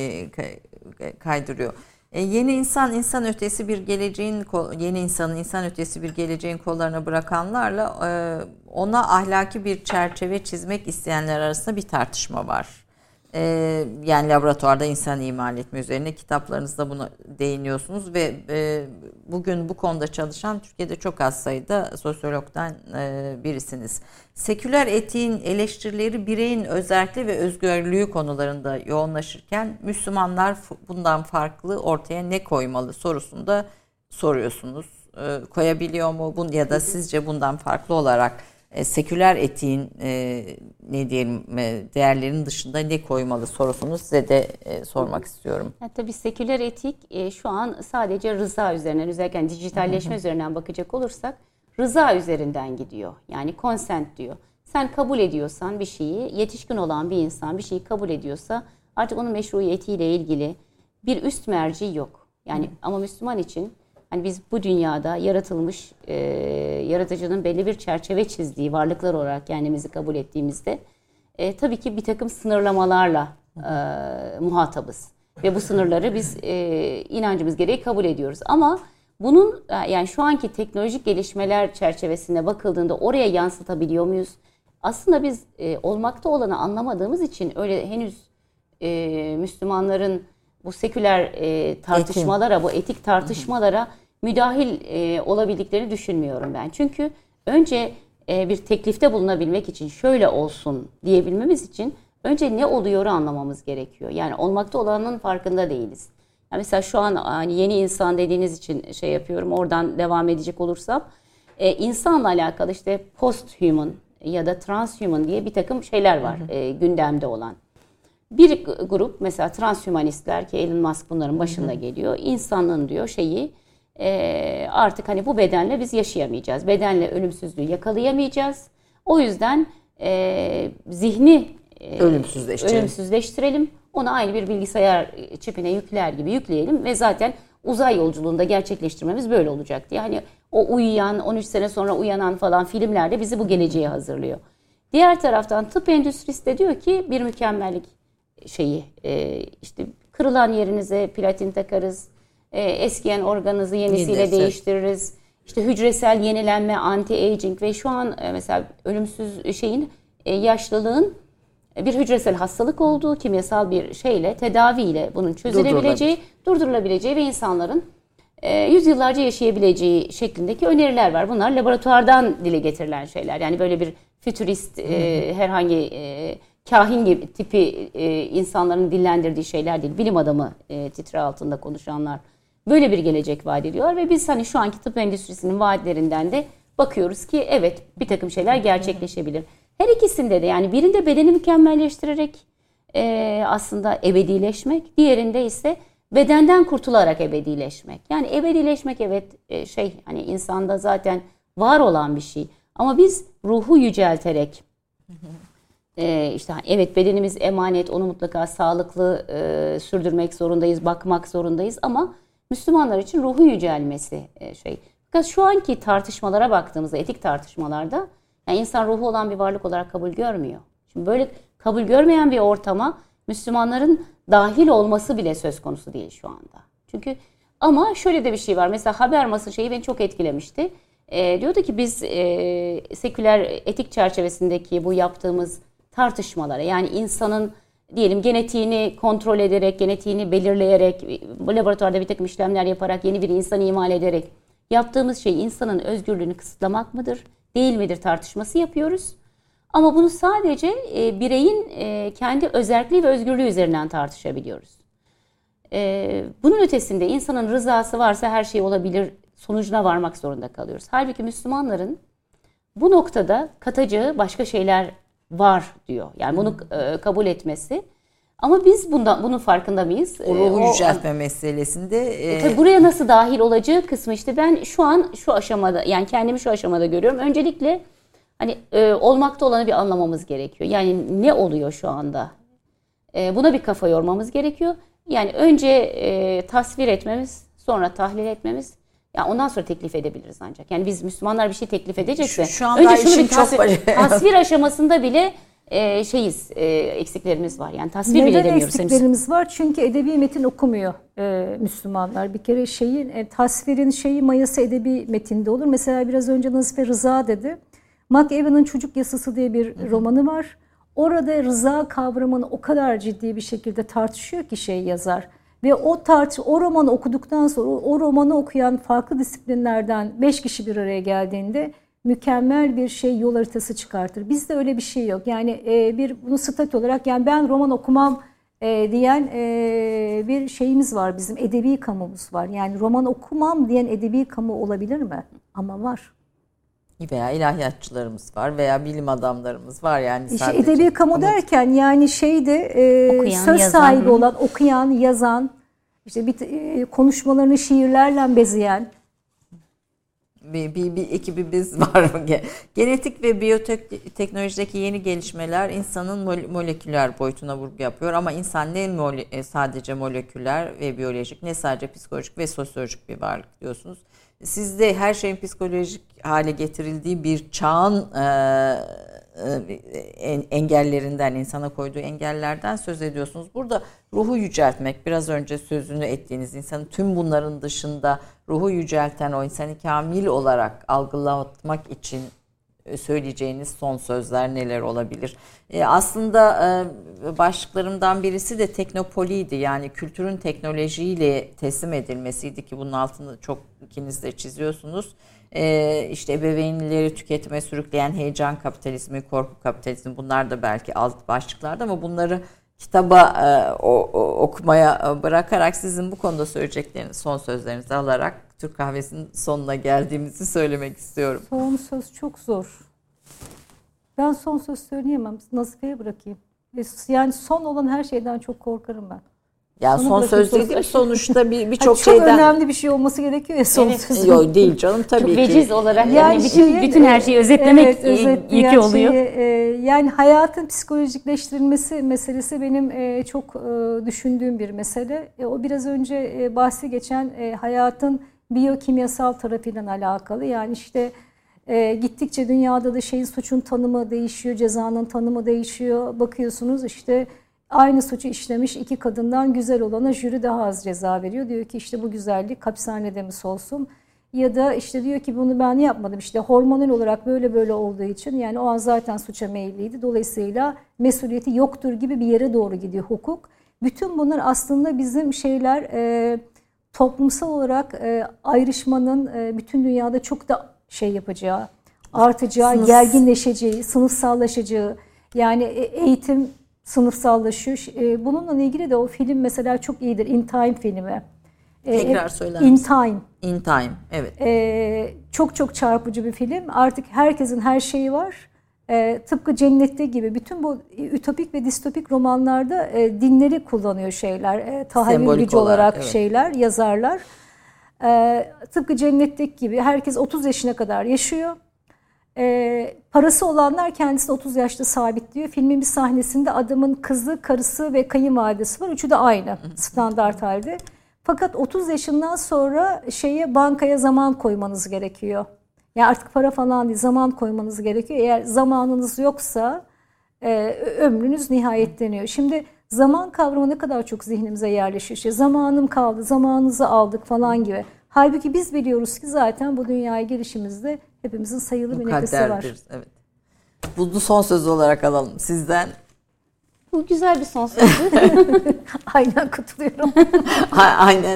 e, kaydırıyor. E, yeni insan, insan ötesi bir geleceğin, yeni insanın insan ötesi bir geleceğin kollarına bırakanlarla e, ona ahlaki bir çerçeve çizmek isteyenler arasında bir tartışma var. E, yani laboratuvarda insan imal etme üzerine kitaplarınızda buna değiniyorsunuz ve e, bugün bu konuda çalışan Türkiye'de çok az sayıda sosyologdan e, birisiniz. Seküler etiğin eleştirileri bireyin özelliği ve özgürlüğü konularında yoğunlaşırken Müslümanlar bundan farklı ortaya ne koymalı sorusunda soruyorsunuz. E, koyabiliyor mu bunu ya da sizce bundan farklı olarak e, seküler etiğin e, ne diyelim e, değerlerinin dışında ne koymalı sorusunu size de e, sormak istiyorum. Ya, tabii seküler etik e, şu an sadece rıza üzerinden, özellikle dijitalleşme üzerinden bakacak olursak rıza üzerinden gidiyor. Yani consent diyor. Sen kabul ediyorsan bir şeyi, yetişkin olan bir insan bir şeyi kabul ediyorsa artık onun meşruiyetiyle ilgili bir üst merci yok. Yani Hı. ama Müslüman için hani biz bu dünyada yaratılmış, e, yaratıcının belli bir çerçeve çizdiği varlıklar olarak kendimizi kabul ettiğimizde e, tabii ki bir takım sınırlamalarla e, muhatabız. Ve bu sınırları biz e, inancımız gereği kabul ediyoruz. Ama bunun yani şu anki teknolojik gelişmeler çerçevesinde bakıldığında oraya yansıtabiliyor muyuz? Aslında biz e, olmakta olanı anlamadığımız için öyle henüz e, Müslümanların bu seküler e, tartışmalara, etik. bu etik tartışmalara müdahil e, olabildiklerini düşünmüyorum ben. Çünkü önce e, bir teklifte bulunabilmek için şöyle olsun diyebilmemiz için önce ne oluyoru anlamamız gerekiyor. Yani olmakta olanın farkında değiliz. Yani mesela şu an hani yeni insan dediğiniz için şey yapıyorum, oradan devam edecek olursam e, insanla alakalı işte post-human ya da transhuman diye bir takım şeyler var hı hı. E, gündemde olan. Bir grup mesela transhumanistler ki Elon Musk bunların başında hı hı. geliyor. İnsanlığın diyor şeyi e, artık hani bu bedenle biz yaşayamayacağız. Bedenle ölümsüzlüğü yakalayamayacağız. O yüzden e, zihni e, ölümsüzleştirelim. ölümsüzleştirelim. Onu aynı bir bilgisayar çipine yükler gibi yükleyelim ve zaten uzay yolculuğunda gerçekleştirmemiz böyle olacak diye. Hani o uyuyan, on üç sene sonra uyanan falan filmlerde bizi bu geleceğe hazırlıyor. Diğer taraftan tıp endüstrisi de diyor ki bir mükemmellik şeyi işte kırılan yerinize platin takarız, eskiyen organınızı yenisiyle Yenisi. değiştiririz. İşte hücresel yenilenme, anti-aging ve şu an mesela ölümsüz şeyin yaşlılığın bir hücresel hastalık olduğu, kimyasal bir şeyle, tedaviyle bunun çözülebileceği, durdurulabileceği ve insanların e, yüzyıllarca yaşayabileceği şeklindeki öneriler var. Bunlar laboratuvardan dile getirilen şeyler. Yani böyle bir fütürist, e, herhangi e, kahin gibi tipi e, insanların dillendirdiği şeyler değil. Bilim adamı e, titri altında konuşanlar böyle bir gelecek vaat ediyorlar ve biz hani şu anki tıp endüstrisinin vaatlerinden de bakıyoruz ki evet bir takım şeyler gerçekleşebilir. Her ikisinde de yani birinde bedeni mükemmelleştirerek e, aslında ebedileşmek, diğerinde ise bedenden kurtularak ebedileşmek. Yani ebedileşmek evet e, şey hani insanda zaten var olan bir şey. Ama biz ruhu yücelterek e, işte evet bedenimiz emanet, onu mutlaka sağlıklı e, sürdürmek zorundayız, bakmak zorundayız ama Müslümanlar için ruhu yücelmesi e, şey. Fakat şu anki tartışmalara baktığımızda, etik tartışmalarda yani insan ruhu olan bir varlık olarak kabul görmüyor. Şimdi böyle kabul görmeyen bir ortama Müslümanların dahil olması bile söz konusu değil şu anda. Çünkü Ama şöyle de bir şey var. Mesela Habermas'ın şeyi beni çok etkilemişti. E, diyordu ki biz e, seküler etik çerçevesindeki bu yaptığımız tartışmalara, yani insanın diyelim genetiğini kontrol ederek, genetiğini belirleyerek, laboratuvarda bir takım işlemler yaparak yeni bir insan imal ederek yaptığımız şey insanın özgürlüğünü kısıtlamak mıdır, değil midir tartışması yapıyoruz. Ama bunu sadece e, bireyin e, kendi özelliği ve özgürlüğü üzerinden tartışabiliyoruz. E, bunun ötesinde insanın rızası varsa her şey olabilir sonucuna varmak zorunda kalıyoruz. Halbuki Müslümanların bu noktada katacağı başka şeyler var diyor. Yani bunu e, kabul etmesi. Ama biz bundan bunun farkında mıyız? O ruhu o, yüceltme meselesinde. E, tabii buraya nasıl dahil olacağı kısmı işte ben şu an şu aşamada, yani kendimi şu aşamada görüyorum. Öncelikle hani e, olmakta olanı bir anlamamız gerekiyor. Yani ne oluyor şu anda? E, buna bir kafa yormamız gerekiyor. Yani önce e, tasvir etmemiz, sonra tahlil etmemiz. Ya ondan sonra teklif edebiliriz ancak. Yani biz Müslümanlar bir şey teklif edecekse şu, şu önce şunu bir tasvir, tasvir, tasvir aşamasında bile e, şeyiz, e, eksiklerimiz var. Yani tasvir Neden bile edemiyoruz. Neden eksiklerimiz var? Çünkü edebi metin okumuyor e, Müslümanlar. Bir kere şeyin e, tasvirin şeyi mayası edebi metinde olur. Mesela biraz önce Nazife Rıza dedi. McEwan'ın Çocuk Yasası diye bir hı hı. romanı var. Orada rıza kavramını o kadar ciddi bir şekilde tartışıyor ki şey yazar. Ve o tartış, o romanı okuduktan sonra o romanı okuyan farklı disiplinlerden beş kişi bir araya geldiğinde mükemmel bir şey yol haritası çıkartır. Bizde öyle bir şey yok. Yani e, bir bunu statü olarak, yani ben roman okumam e, diyen e, bir şeyimiz var, bizim edebi kamumuz var. Yani roman okumam diyen edebi kamu olabilir mi? Ama var. Veya ilahiyatçılarımız var veya bilim adamlarımız var yani. İşte edebi kamu ama derken yani şeyde e, okuyan, söz yazan, sahibi hı. olan, okuyan, yazan, işte bir e, konuşmalarını şiirlerle bezeyen bir, bir, bir ekibimiz var. Genetik ve biyoteknolojideki yeni gelişmeler insanın moleküler boyutuna vurgu yapıyor ama insan ne mole, sadece moleküler ve biyolojik, ne sadece psikolojik ve sosyolojik bir varlık diyorsunuz. Sizde her şeyin psikolojik hale getirildiği bir çağın e, e, engellerinden, insana koyduğu engellerden söz ediyorsunuz. Burada ruhu yüceltmek, biraz önce sözünü ettiğiniz insanın tüm bunların dışında ruhu yücelten, o insanı kamil olarak algılatmak için söyleyeceğiniz son sözler neler olabilir? E, aslında e, başlıklarımdan birisi de teknopoliydi. Yani kültürün teknolojiyle teslim edilmesiydi ki bunun altını çok ikiniz de çiziyorsunuz. E, işte ebeveynleri tüketime sürükleyen heyecan kapitalizmi, korku kapitalizmi, bunlar da belki alt başlıklardı ama bunları kitaba e, o, o, okumaya bırakarak sizin bu konuda söyleyecekleriniz, son sözlerinizi alarak Türk Kahvesi'nin sonuna geldiğimizi söylemek istiyorum. Son söz çok zor. Ben son söz söyleyemem. Nazife'ye bırakayım. Yani son olan her şeyden çok korkarım ben. Ya Onu son söz değil, sonuçta bir birçok çok şeyden... Çok önemli bir şey olması gerekiyor ya son evet. söz. Yok değil canım tabii çok ki. Çok veciz olarak yani, yani bütün, şey, bütün her şeyi özetlemek evet, yükü oluyor. Şeyi, e, yani hayatın psikolojikleştirilmesi meselesi benim e, çok e, düşündüğüm bir mesele. E, o biraz önce e, bahsi geçen e, hayatın biyokimyasal tarafıyla alakalı. Yani işte e, gittikçe dünyada da şeyin, suçun tanımı değişiyor, cezanın tanımı değişiyor. Bakıyorsunuz işte aynı suçu işlemiş iki kadından güzel olana jüri daha az ceza veriyor. Diyor ki işte bu güzellik hapishanede mi solsun? Ya da işte diyor ki bunu ben yapmadım. İşte hormonal olarak böyle böyle olduğu için, yani o an zaten suça meyilliydi. Dolayısıyla mesuliyeti yoktur gibi bir yere doğru gidiyor hukuk. Bütün bunlar aslında bizim şeyler e, toplumsal olarak e, ayrışmanın e, bütün dünyada çok da şey yapacağı, artacağı, Sınıf. gerginleşeceği, sınıfsallaşacağı, yani eğitim sınıfsallaşıyor. Bununla ilgili de o film mesela çok iyidir. In Time filmi. Tekrar söyler misin? In Time. In Time, evet. Ee, çok çok çarpıcı bir film. Artık herkesin her şeyi var. Ee, tıpkı Cennette gibi bütün bu ütopik ve distopik romanlarda e, dinleri kullanıyor şeyler. E, tahayyül gücü olarak, olarak evet. şeyler, yazarlar. E, tıpkı Cennet'teki gibi herkes otuz yaşına kadar yaşıyor. E, parası olanlar kendisini otuz yaşta sabitliyor. Filmin bir sahnesinde adamın kızı, karısı ve kayınvalidesi var. Üçü de aynı standart halde. Fakat otuz yaşından sonra şeye, bankaya zaman koymanız gerekiyor. Yani artık para falan değil, zaman koymanız gerekiyor. Eğer zamanınız yoksa e, ömrünüz nihayetleniyor. Şimdi Zaman kavramı ne kadar çok zihnimize yerleşiyor. İşte zamanım kaldı, zamanınızı aldık falan gibi. Halbuki biz biliyoruz ki zaten bu dünyaya gelişimizde hepimizin sayılı bir nefesi var. Evet. Bunu son söz olarak alalım sizden. Bu güzel bir son sözdü. Aynen katılıyorum. Aynen.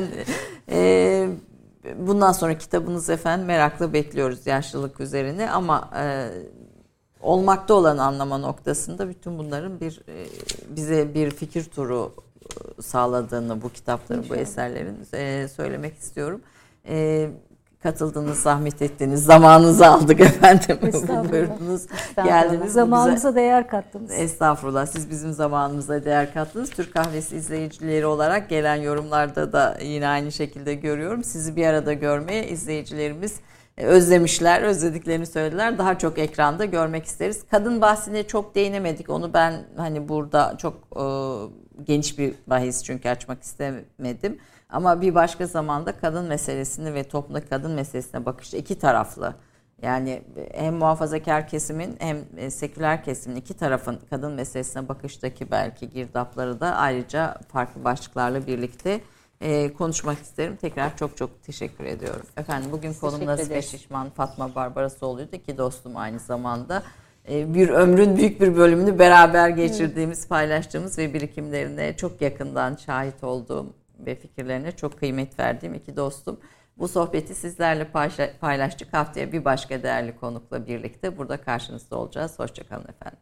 Ee, bundan sonra kitabınız efendim merakla bekliyoruz yaşlılık üzerine ama e, olmakta olan anlama noktasında bütün bunların bir e, bize bir fikir turu sağladığını bu kitapların, İnşallah. Bu eserlerin e, söylemek istiyorum. E, katıldınız, zahmet ettiniz, zamanınızı aldık efendim. Buyurdunuz, geldiniz. Zamanımıza değer kattınız. Estağfurullah, siz bizim zamanımıza değer kattınız. Türk Kahvesi izleyicileri olarak gelen yorumlarda da yine aynı şekilde görüyorum. Sizi bir arada görmeye izleyicilerimiz özlemişler, özlediklerini söylediler. Daha çok ekranda görmek isteriz. Kadın bahsine çok değinemedik. Onu ben hani burada çok e, geniş bir bahis çünkü açmak istemedim. Ama bir başka zamanda kadın meselesini ve toplumdaki kadın meselesine bakış iki taraflı. Yani hem muhafazakar kesimin hem seküler kesimin iki tarafın kadın meselesine bakıştaki belki girdapları da ayrıca farklı başlıklarla birlikte e, konuşmak isterim. Tekrar çok çok teşekkür ediyorum. Efendim bugün konum Nazife Şişman, Fatma Barbarasoğlu'ydu. İki dostum aynı zamanda. E, bir ömrün büyük bir bölümünü beraber geçirdiğimiz, evet. paylaştığımız ve birikimlerine çok yakından şahit olduğum ve fikirlerine çok kıymet verdiğim iki dostum. Bu sohbeti sizlerle paylaştık. Haftaya bir başka değerli konukla birlikte burada karşınızda olacağız. Hoşçakalın efendim.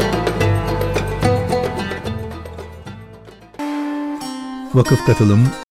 Vakıf katılım